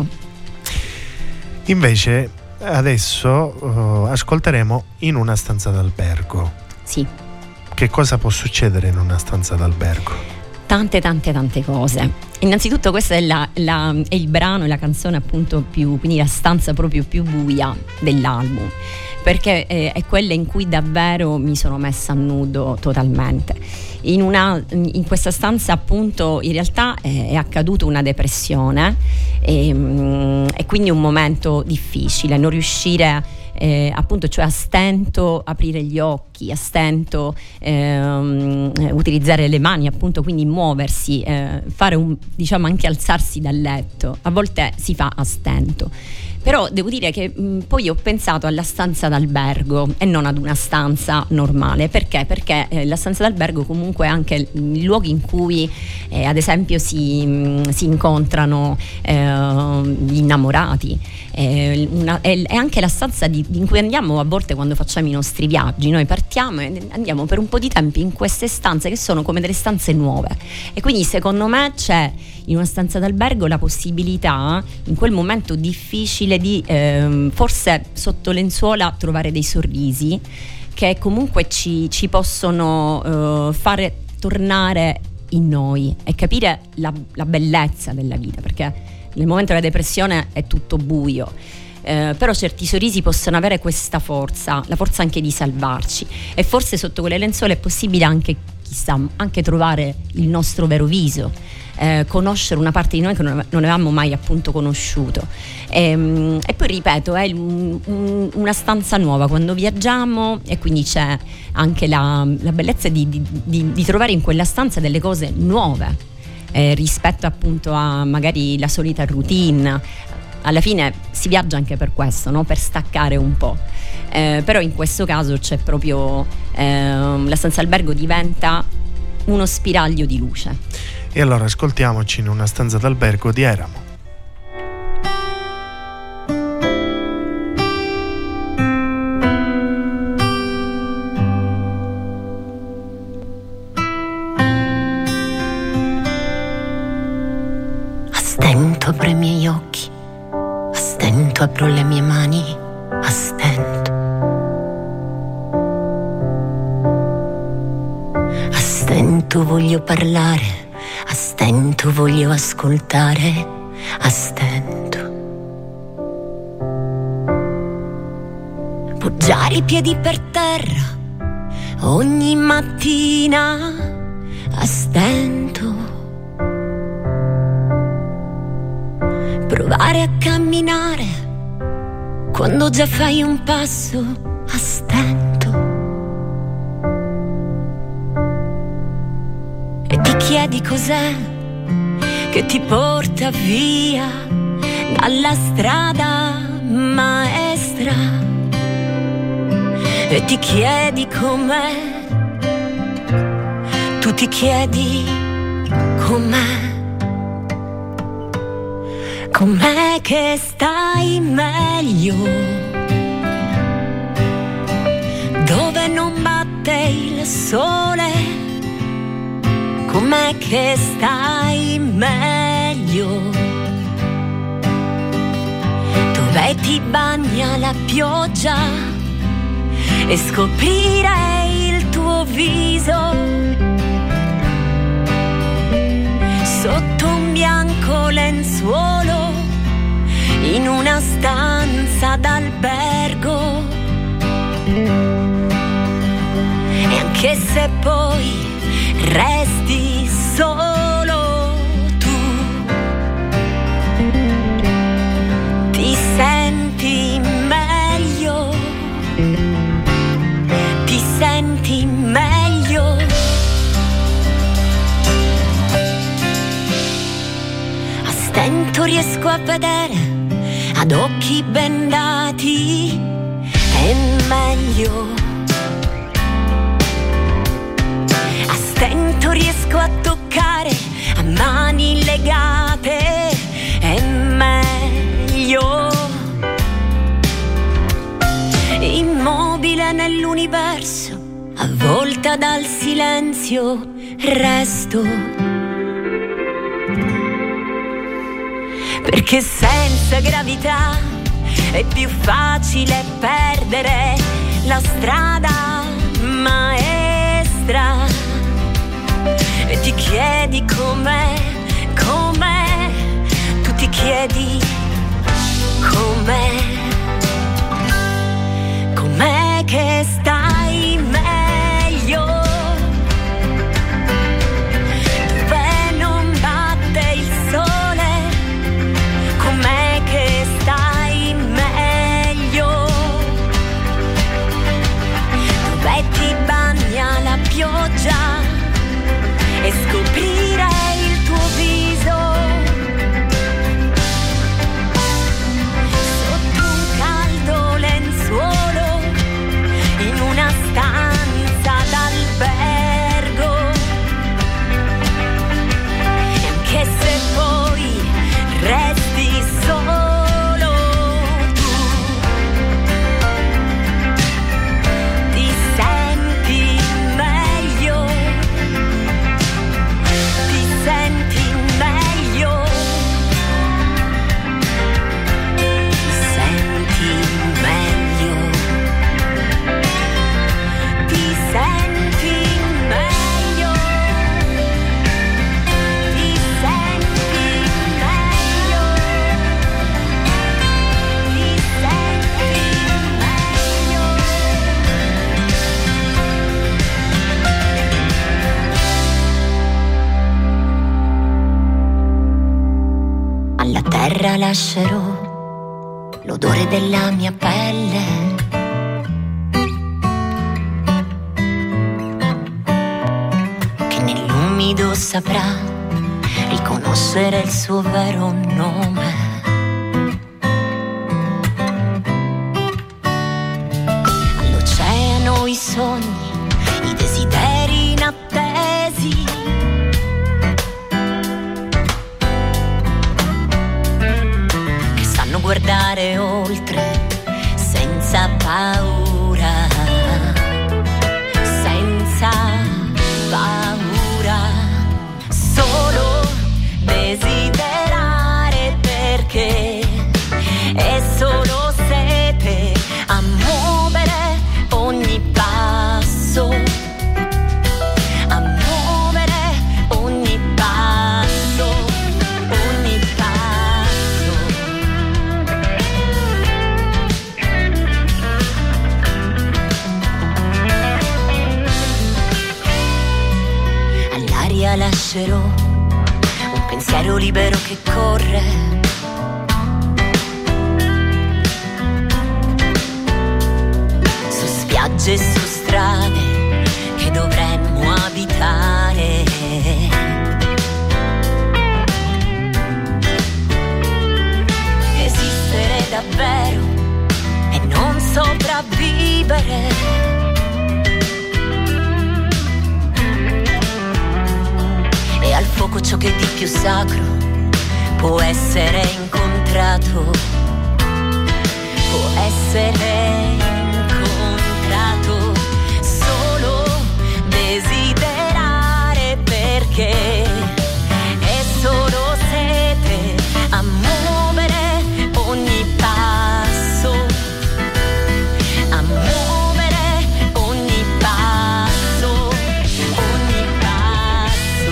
[SPEAKER 2] Invece adesso ascolteremo In una stanza d'albergo.
[SPEAKER 3] Sì.
[SPEAKER 2] Che cosa può succedere in una stanza d'albergo?
[SPEAKER 3] Tante cose. Innanzitutto questo è il brano e la canzone appunto quindi la stanza proprio più buia dell'album, perché è quella in cui davvero mi sono messa a nudo totalmente. In questa stanza appunto in realtà è accaduta una depressione e quindi un momento difficile, non riuscire appunto, cioè a stento aprire gli occhi, a stento utilizzare le mani, appunto, quindi muoversi, fare diciamo anche alzarsi dal letto, a volte si fa a stento. Però devo dire che poi ho pensato alla stanza d'albergo e non ad una stanza normale. Perché? Perché la stanza d'albergo comunque è anche il luogo in cui ad esempio si incontrano gli innamorati, è anche la stanza in cui andiamo a volte quando facciamo i nostri viaggi. Noi partiamo e andiamo per un po' di tempo in queste stanze che sono come delle stanze nuove, e quindi secondo me c'è in una stanza d'albergo la possibilità in quel momento difficile di forse sotto lenzuola trovare dei sorrisi che comunque ci possono fare tornare in noi e capire la bellezza della vita, perché nel momento della depressione è tutto buio, però certi sorrisi possono avere questa forza, la forza anche di salvarci, e forse sotto quelle lenzuola è possibile anche, chissà, anche trovare il nostro vero viso, conoscere una parte di noi che non avevamo mai appunto conosciuto, e poi ripeto, è una stanza nuova quando viaggiamo, e quindi c'è anche la bellezza di trovare in quella stanza delle cose nuove rispetto appunto a magari la solita routine. Alla fine si viaggia anche per questo, no? Per staccare un po', però in questo caso c'è proprio la stanza albergo diventa uno spiraglio di luce.
[SPEAKER 2] E allora ascoltiamoci In una stanza d'albergo di Eramo.
[SPEAKER 4] A stento apro i miei occhi, a stento apro le mie mani, a stento. A stento voglio parlare, a stento voglio ascoltare, a stento. Poggiare i piedi per terra ogni mattina, a stento. provare a camminare quando già fai un passo a stento e ti chiedi cos'è che ti porta via dalla strada maestra e ti chiedi com'è, tu ti chiedi com'è. Com'è che stai meglio, dove non batte il sole? Com'è che stai meglio, dove ti bagna la pioggia e scoprire il tuo viso sotto un bianco lenzuolo in una stanza d'albergo. E anche se poi resti solo tu, ti senti meglio, ti senti meglio. A stento riesco a vedere ad occhi bendati, è meglio. A stento riesco a toccare a mani legate, è meglio. Immobile nell'universo, avvolta dal silenzio, resto. Perché senza gravità è più facile perdere la strada maestra. E ti chiedi com'è, com'è, tu ti chiedi com'è, com'è che stai meglio, dove non batte il sole. Com'è che stai meglio, dove ti bagna la pioggia e scoprire il tuo viso sotto un caldo lenzuolo in una stanza d'albergo. E anche se poi resti solo tu, ti senti meglio, ti senti meglio, ti senti meglio, ti senti meglio, ti senti meglio, ti senti meglio. Alla terra lascerò l'odore della mia pelle, che nell'umido saprà riconoscere il suo vero nome. All'oceano i sogni, i desideri inattesi, che sanno guardare oltre senza paura, senza paura, solo desiderare, perché è solo sete a muovere ogni passo, a muovere ogni passo, ogni passo. All'aria lascerò un pensiero libero che corre, spiagge su strade che dovremmo abitare. Esistere davvero e non sopravvivere. E al fuoco ciò che di più sacro può essere incontrato, può essere incontrato, solo desiderare, perché è solo sete a muovere ogni passo, a muovere ogni passo, ogni passo.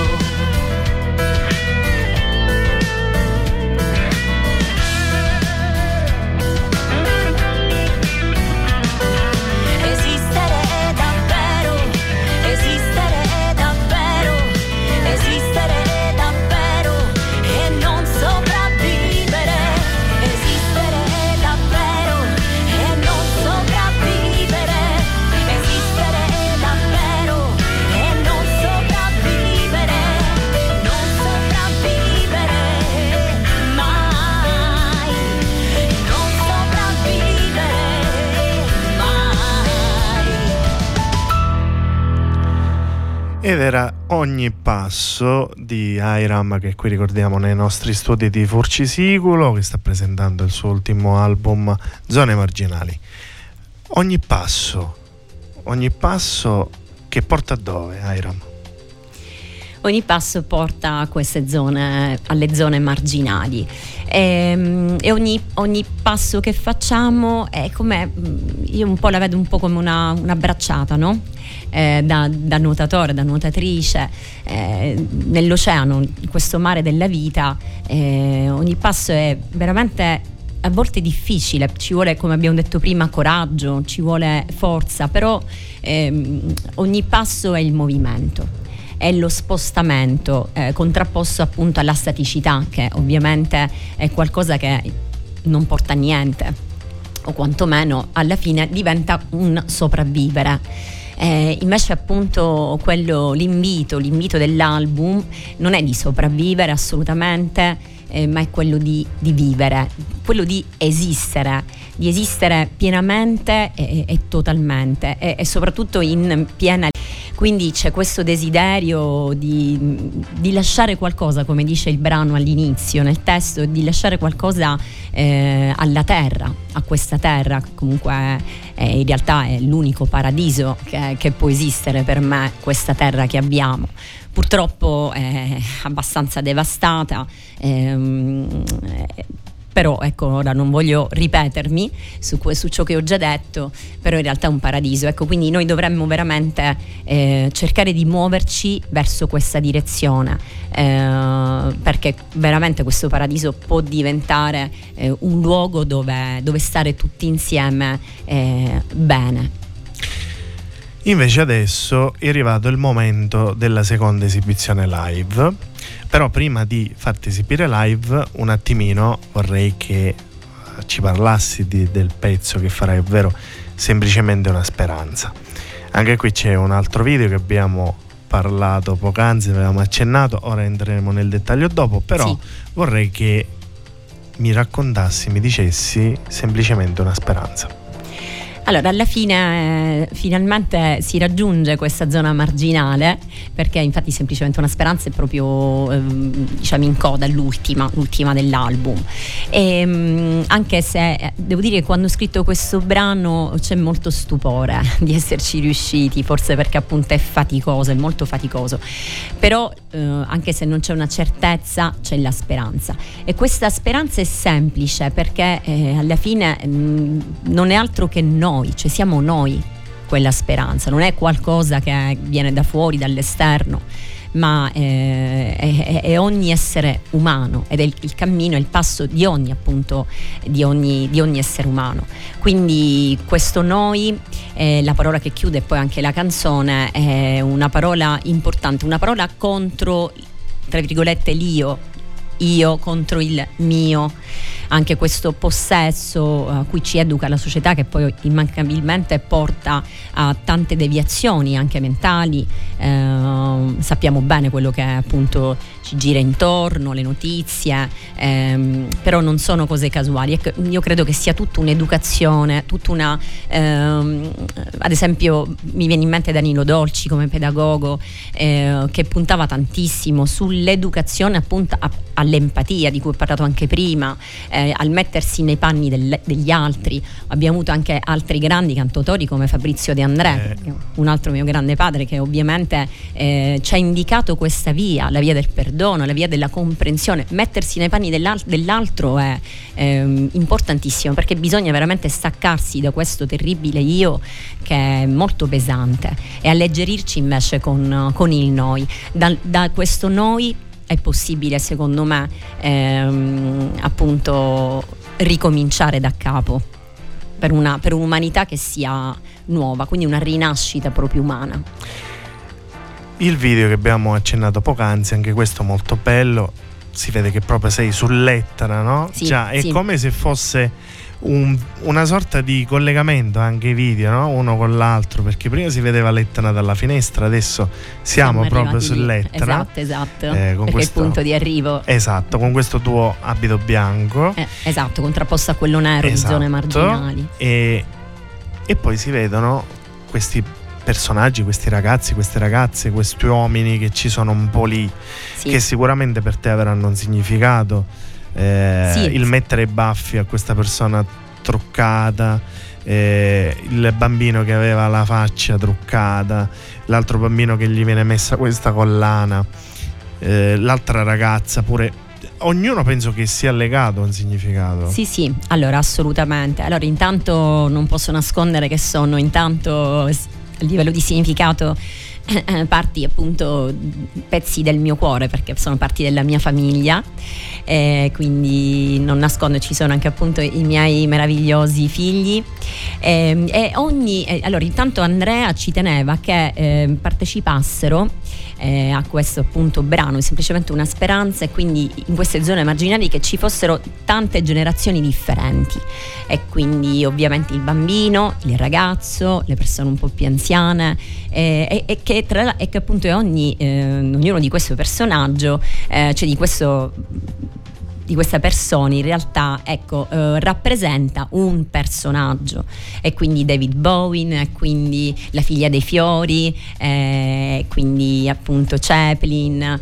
[SPEAKER 4] Esistere davvero, esistere davvero, esistere davvero e non sopravvivere. Esistere davvero e non sopravvivere. Esistere davvero e non sopravvivere. Non sopravvivere mai. Non sopravvivere mai.
[SPEAKER 2] Ed era Ogni passo di Hiram, che qui ricordiamo nei nostri studi di Furcisicolo, che sta presentando il suo ultimo album Zone Marginali. Ogni passo che porta a dove, Hiram?
[SPEAKER 3] Ogni passo porta a queste zone, alle zone marginali, e ogni passo che facciamo è come, io un po' la vedo un po' come una bracciata, no? Da nuotatore, da nuotatrice, nell'oceano, in questo mare della vita, ogni passo è veramente a volte difficile, ci vuole, come abbiamo detto prima, coraggio, ci vuole forza, però ogni passo è il movimento, è lo spostamento, contrapposto appunto alla staticità, che ovviamente è qualcosa che non porta a niente, o quantomeno alla fine diventa un sopravvivere. Invece appunto l'invito dell'album non è di sopravvivere assolutamente, ma è quello di vivere, quello di esistere pienamente e totalmente, e soprattutto in piena. Quindi c'è questo desiderio di lasciare qualcosa, come dice il brano all'inizio nel testo, di lasciare qualcosa alla terra, a questa terra, comunque in realtà è l'unico paradiso che può esistere per me, questa terra che abbiamo. Purtroppo è abbastanza devastata, però ecco, ora non voglio ripetermi su ciò che ho già detto, però in realtà è un paradiso, ecco, quindi noi dovremmo veramente cercare di muoverci verso questa direzione, perché veramente questo paradiso può diventare un luogo dove stare tutti insieme bene.
[SPEAKER 2] Invece adesso è arrivato il momento della seconda esibizione live, però prima di farti esibire live un attimino vorrei che ci parlassi del pezzo che farai, ovvero Semplicemente una speranza. Anche qui c'è un altro video che abbiamo parlato poc'anzi, avevamo accennato, ora entreremo nel dettaglio dopo, però sì, vorrei che mi raccontassi, mi dicessi Semplicemente una speranza.
[SPEAKER 3] Allora, alla fine finalmente si raggiunge questa zona marginale, perché infatti Semplicemente una speranza è proprio diciamo in coda, l'ultima dell'album, e anche se devo dire che quando ho scritto questo brano c'è molto stupore di esserci riusciti, forse perché appunto è faticoso, è molto faticoso, però anche se non c'è una certezza c'è la speranza, e questa speranza è semplice perché alla fine non è altro che noi, cioè siamo noi quella speranza, non è qualcosa che viene da fuori, dall'esterno, ma è ogni essere umano, ed è il cammino, il passo di ogni, appunto, di ogni essere umano. Quindi questo noi, la parola che chiude poi anche la canzone, è una parola importante, una parola contro, tra virgolette, l'io contro il mio, anche questo possesso a cui ci educa la società, che poi immancabilmente porta a tante deviazioni anche mentali. Sappiamo bene quello che appunto ci gira intorno, le notizie, però non sono cose casuali. Ecco, io credo che sia tutta un'educazione, tutta una ad esempio mi viene in mente Danilo Dolci come pedagogo, che puntava tantissimo sull'educazione appunto all'empatia, di cui ho parlato anche prima, al mettersi nei panni degli altri. Abbiamo avuto anche altri grandi cantautori come Fabrizio De André, un altro mio grande padre, che ovviamente ci ha indicato questa via, la via del perdono, la via della comprensione. Mettersi nei panni dell'altro è importantissimo, perché bisogna veramente staccarsi da questo terribile io che è molto pesante e alleggerirci invece con il noi. Da questo noi è possibile, secondo me, appunto ricominciare da capo per un'umanità che sia nuova, quindi una rinascita proprio umana.
[SPEAKER 2] Il video che abbiamo accennato poc'anzi, anche questo molto bello, si vede che proprio sei sull'Etna, no?
[SPEAKER 3] Sì,
[SPEAKER 2] già, è
[SPEAKER 3] sì.
[SPEAKER 2] come se fosse una sorta di collegamento anche video, no? Uno con l'altro, perché prima si vedeva l'Etna dalla finestra, adesso siamo proprio
[SPEAKER 3] arrivati lì.
[SPEAKER 2] sull'Etna.
[SPEAKER 3] Esatto,
[SPEAKER 2] con
[SPEAKER 3] perché
[SPEAKER 2] questo,
[SPEAKER 3] è il punto di arrivo.
[SPEAKER 2] Esatto, con questo tuo abito bianco.
[SPEAKER 3] Esatto, contrapposto a quello nero,
[SPEAKER 2] Esatto.
[SPEAKER 3] di zone marginali.
[SPEAKER 2] E poi si vedono questi personaggi, questi ragazzi, queste ragazze, questi uomini che ci sono un po' lì,
[SPEAKER 3] Sì.
[SPEAKER 2] che sicuramente per te avranno un significato.
[SPEAKER 3] Sì.
[SPEAKER 2] Il mettere i baffi a questa persona truccata, il bambino che aveva la faccia truccata, l'altro bambino che gli viene messa questa collana, l'altra ragazza pure. Ognuno penso che sia legato a un significato.
[SPEAKER 3] Sì, allora assolutamente. Allora, intanto non posso nascondere che sono intanto a livello di significato parti, appunto, pezzi del mio cuore, perché sono parti della mia famiglia, quindi non nascondo, ci sono anche appunto i miei meravigliosi figli, allora intanto Andrea ci teneva che partecipassero a questo appunto brano, è semplicemente una speranza, e quindi in queste zone marginali che ci fossero tante generazioni differenti, e quindi ovviamente il bambino, il ragazzo, le persone un po' più anziane, e che appunto ognuno di questo personaggio, cioè di questa persona, in realtà, ecco, rappresenta un personaggio, e quindi David Bowie, e quindi la figlia dei fiori, quindi appunto Chaplin,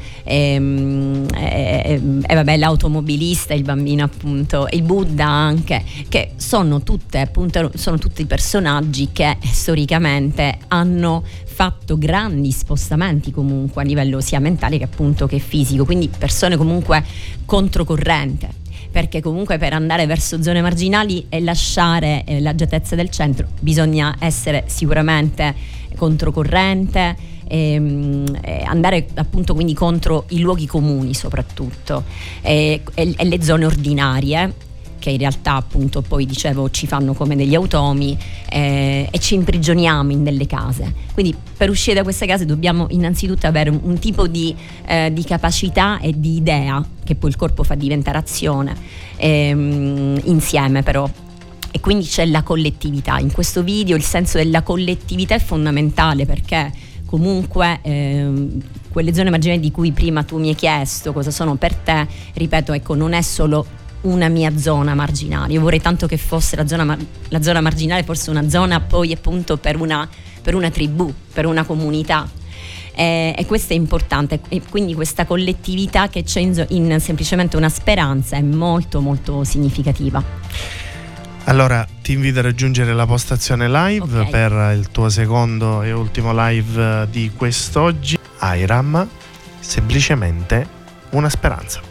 [SPEAKER 3] e vabbè, l'automobilista, il bambino appunto, il Buddha anche, che sono tutti personaggi che storicamente hanno fatto grandi spostamenti comunque a livello sia mentale che appunto che fisico, quindi persone comunque controcorrente, perché comunque per andare verso zone marginali e lasciare l'agiatezza del centro bisogna essere sicuramente controcorrente, andare appunto quindi contro i luoghi comuni soprattutto, e le zone ordinarie, che in realtà appunto poi dicevo ci fanno come degli automi, e ci imprigioniamo in delle case. Quindi per uscire da queste case dobbiamo innanzitutto avere un tipo di capacità e di idea, che poi il corpo fa diventare azione, insieme però. E quindi c'è la collettività. In questo video il senso della collettività è fondamentale, perché comunque quelle zone marginali di cui prima tu mi hai chiesto cosa sono per te, ripeto, ecco, non è solo una mia zona marginale. Io vorrei tanto che fosse la zona marginale, forse una zona poi appunto per una tribù, per una comunità, e questo è importante, e quindi questa collettività che c'è in semplicemente una speranza è molto molto significativa.
[SPEAKER 2] Allora ti invito a raggiungere la postazione live, okay, per il tuo secondo e ultimo live di quest'oggi. Airam, semplicemente una speranza.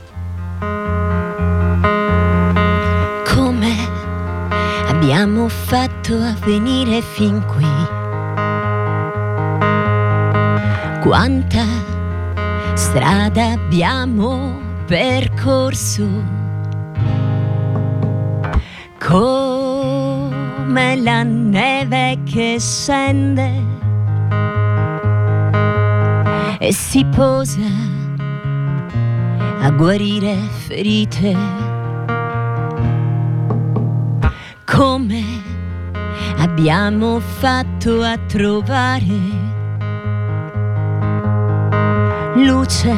[SPEAKER 4] Abbiamo fatto a venire fin qui. Quanta strada abbiamo percorso, come la neve che scende e si posa a guarire ferite. come abbiamo fatto a trovare luce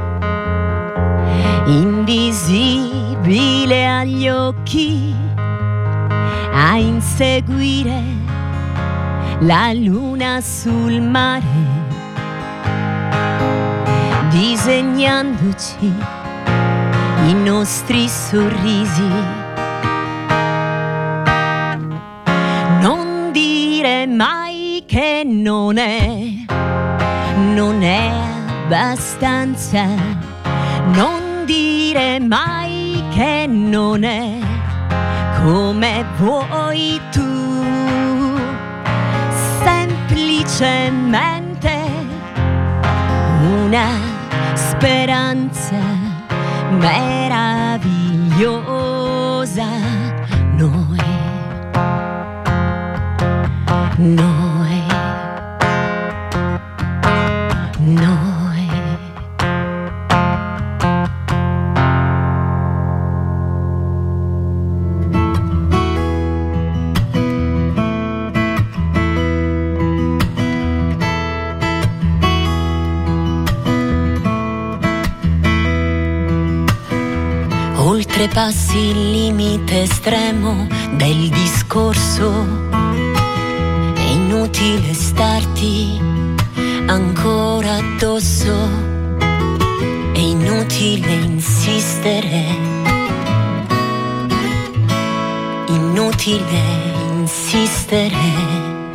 [SPEAKER 4] invisibile agli occhi, a inseguire la luna sul mare, disegnandoci i nostri sorrisi. Non dire mai che non è abbastanza, non dire mai che non è come vuoi tu, semplicemente una speranza meravigliosa. Noi oltrepassi il limite estremo del discorso, è inutile starti ancora addosso, è inutile insistere, inutile insistere.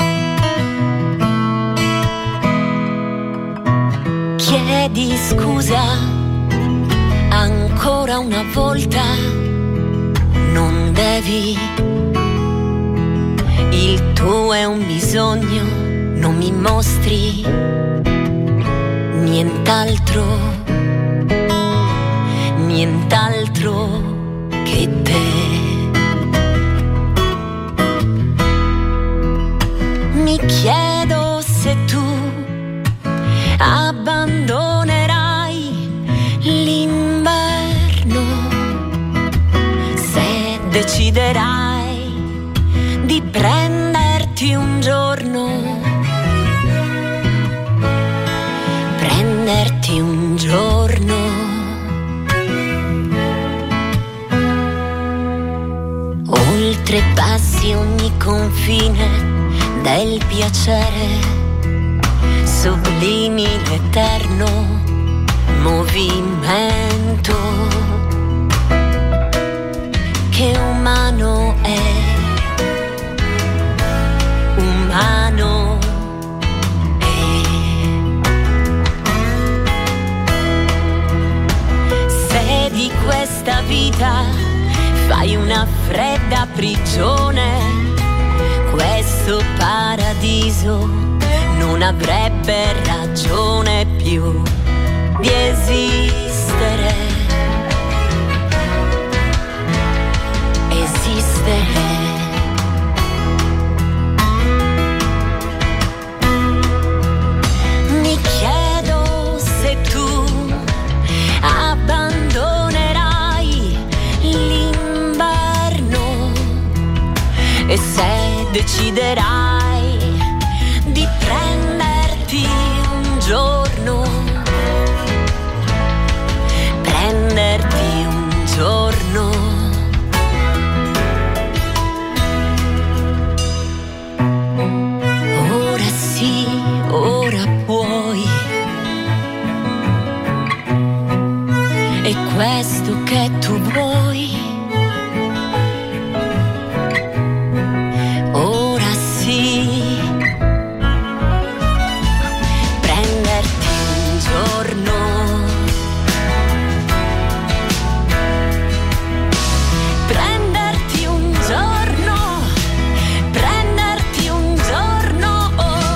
[SPEAKER 4] Chiedi scusa ancora una volta, non devi, il tuo è un bisogno, non mi mostri nient'altro che te. Mi chiedo se tu abbandonerai l'inverno, se deciderai di prenderti un giorno, prenderti un giorno. Oltrepassi ogni confine del piacere, sublimi l'eterno movimento che umano è, umano è. Se di questa vita fai una fredda prigione, questo paradiso non avrebbe ragione più di esistere. Esistere. Mi chiedo se tu abbandonerai l'inverno e se deciderai di prenderti un giorno, prenderti un giorno. Ora sì, ora puoi, è questo che tu vuoi. Ora sì, prenderti un giorno, prenderti un giorno, prenderti un giorno.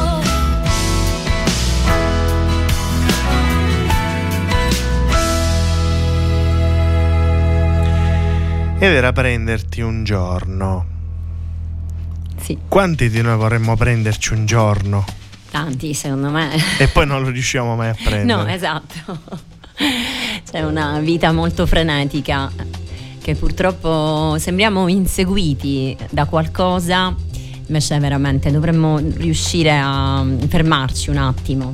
[SPEAKER 2] Ed era prenderti un giorno.
[SPEAKER 3] Sì,
[SPEAKER 2] Quanti di noi vorremmo prenderci un giorno
[SPEAKER 3] tanti secondo me.
[SPEAKER 2] e poi non lo riusciamo mai a prendere?
[SPEAKER 3] No, esatto. C'è una vita molto frenetica che purtroppo sembriamo inseguiti da qualcosa, invece veramente dovremmo riuscire a fermarci un attimo,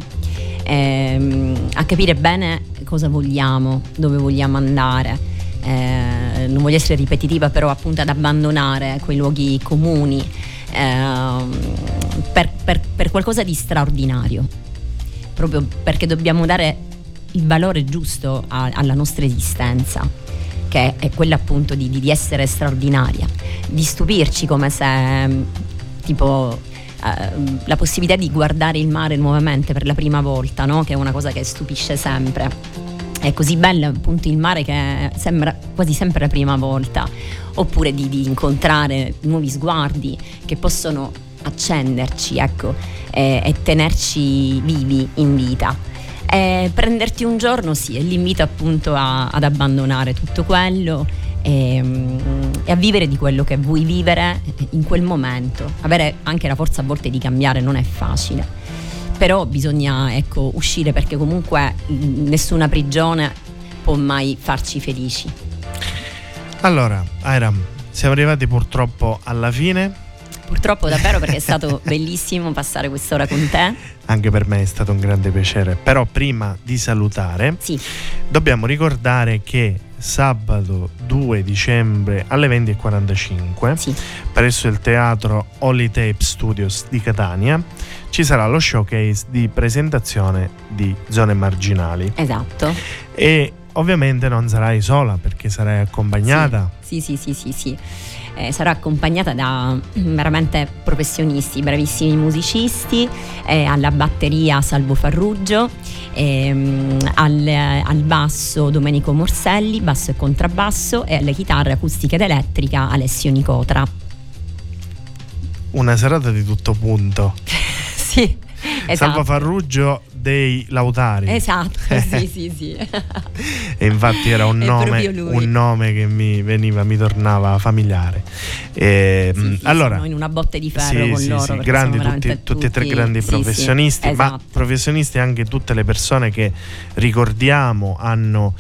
[SPEAKER 3] a capire bene cosa vogliamo, dove vogliamo andare. Non voglio essere ripetitiva, però appunto ad abbandonare quei luoghi comuni per qualcosa di straordinario, proprio perché dobbiamo dare il valore giusto alla nostra esistenza, che è quella appunto di essere straordinaria, di stupirci, come se tipo la possibilità di guardare il mare nuovamente per la prima volta, no? Che è una cosa che stupisce sempre. È così bello appunto il mare che sembra quasi sempre la prima volta, oppure di incontrare nuovi sguardi che possono accenderci, ecco, e tenerci vivi in vita. E prenderti un giorno, sì, è l'invito appunto ad abbandonare tutto quello e a vivere di quello che vuoi vivere in quel momento. Avere anche la forza a volte di cambiare non è facile, però bisogna, ecco, uscire, perché comunque nessuna prigione può mai farci felici.
[SPEAKER 2] Allora, Airam, siamo arrivati purtroppo alla fine.
[SPEAKER 3] Purtroppo davvero, perché è stato bellissimo passare quest'ora con te.
[SPEAKER 2] Anche per me è stato un grande piacere. Però prima di salutare,
[SPEAKER 3] sì,
[SPEAKER 2] dobbiamo ricordare che sabato 2 dicembre alle 20:45,
[SPEAKER 3] sì,
[SPEAKER 2] presso il teatro Holy Tape Studios di Catania ci sarà lo showcase di presentazione di Zone Marginali.
[SPEAKER 3] Esatto.
[SPEAKER 2] E ovviamente non sarai sola, perché sarai accompagnata.
[SPEAKER 3] Sì. Sarà accompagnata da veramente professionisti, bravissimi musicisti, alla batteria Salvo Farruggio, al basso Domenico Morselli, basso e contrabbasso, e alle chitarre acustica ed elettrica Alessio Nicotra.
[SPEAKER 2] Una serata di tutto punto.
[SPEAKER 3] Sì, esatto.
[SPEAKER 2] Salvo Farruggio dei Lautari.
[SPEAKER 3] Esatto, sì.
[SPEAKER 2] E infatti era un nome che mi tornava familiare. Allora,
[SPEAKER 3] sono in una botte di ferro con loro.
[SPEAKER 2] Grandi, tutti e tre grandi professionisti,
[SPEAKER 3] esatto.
[SPEAKER 2] Ma professionisti anche tutte le persone che ricordiamo hanno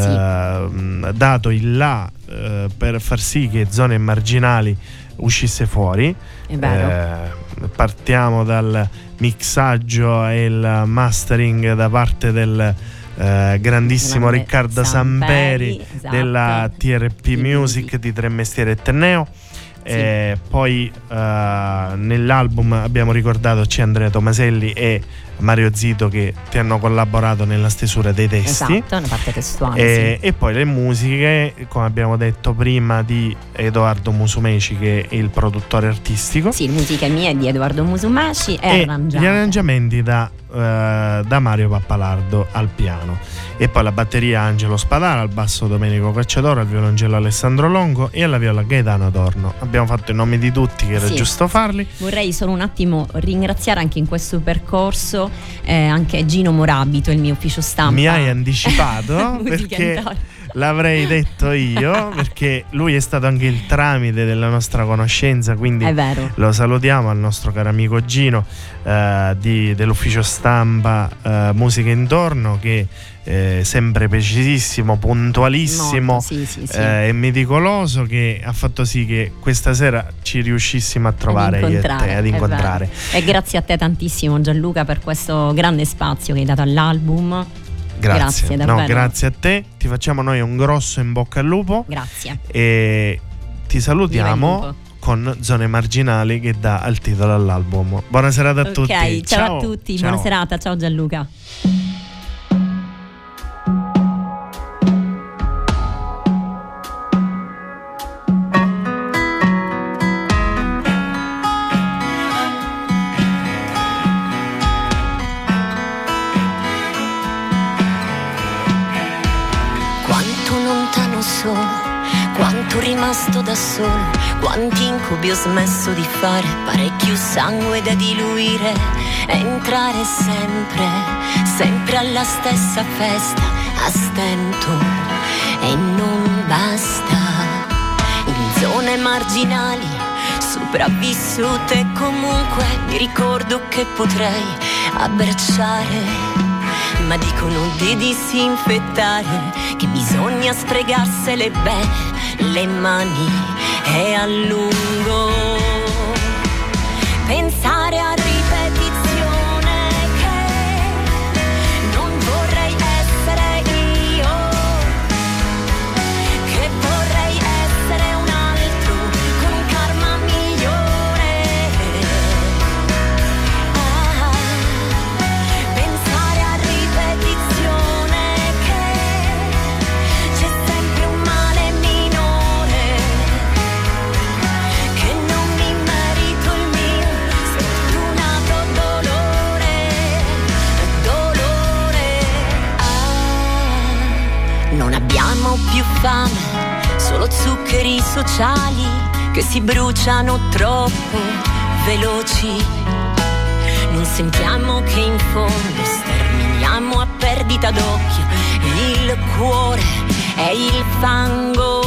[SPEAKER 2] dato il là per far sì che Zone Marginali uscisse fuori.
[SPEAKER 3] È vero.
[SPEAKER 2] Partiamo dal mixaggio e il mastering da parte del grandissimo Riccardo Samperi, esatto, della TRP Music di Tre Mestieri e Tenneo. Sì. Poi nell'album abbiamo ricordato c'è Andrea Tomaselli e Mario Zito che ti hanno collaborato nella stesura dei testi.
[SPEAKER 3] Esatto, una parte testuale.
[SPEAKER 2] E poi le musiche, come abbiamo detto prima, di Edoardo Musumeci, che è il produttore artistico.
[SPEAKER 3] Sì, la musica è mia e di Edoardo Musumeci, e
[SPEAKER 2] gli arrangiamenti da Mario Pappalardo al piano. E poi la batteria Angelo Spadara, al basso Domenico Cacciatore, al violoncello Alessandro Longo e alla viola Gaetano Adorno. Abbiamo fatto i nomi di tutti, che era giusto farli.
[SPEAKER 3] Vorrei solo un attimo ringraziare anche in questo percorso anche Gino Morabito, il mio ufficio stampa.
[SPEAKER 2] Mi hai anticipato perché l'avrei detto io, perché lui è stato anche il tramite della nostra conoscenza, quindi
[SPEAKER 3] è vero.
[SPEAKER 2] Lo salutiamo al nostro caro amico Gino dell'ufficio stampa Musica Intorno, che sempre precisissimo, puntualissimo,
[SPEAKER 3] sì.
[SPEAKER 2] e meticoloso, che ha fatto sì che questa sera ci riuscissimo a trovare io e te, ad incontrare.
[SPEAKER 3] E grazie a te tantissimo, Gianluca, per questo grande spazio che hai dato all'album.
[SPEAKER 2] Grazie
[SPEAKER 3] davvero.
[SPEAKER 2] Grazie a te, ti facciamo noi un grosso in bocca al lupo.
[SPEAKER 3] Grazie.
[SPEAKER 2] E ti salutiamo con Zone Marginali, che dà il titolo all'album. Buona serata a tutti.
[SPEAKER 3] Ciao a tutti, buona serata, ciao Gianluca.
[SPEAKER 4] Quanto rimasto da solo, quanti incubi ho smesso di fare, parecchio sangue da diluire, entrare sempre alla stessa festa, a stento e non basta. In zone marginali, sopravvissute comunque, mi ricordo che potrei abbracciare ma dicono di disinfettare, che bisogna sfregarsele bene le mani e a lungo. Pensare a ripetizione che non vorrei essere io, che vorrei essere un altro con un karma migliore. Pensare a ripetizione che c'è sempre un male minore, che non mi merito il mio sfortunato dolore, dolore. Non abbiamo più fame, solo zuccheri sociali che si bruciano troppo veloci. Non sentiamo che in fondo sterminiamo a perdita d'occhio il cuore e il fango.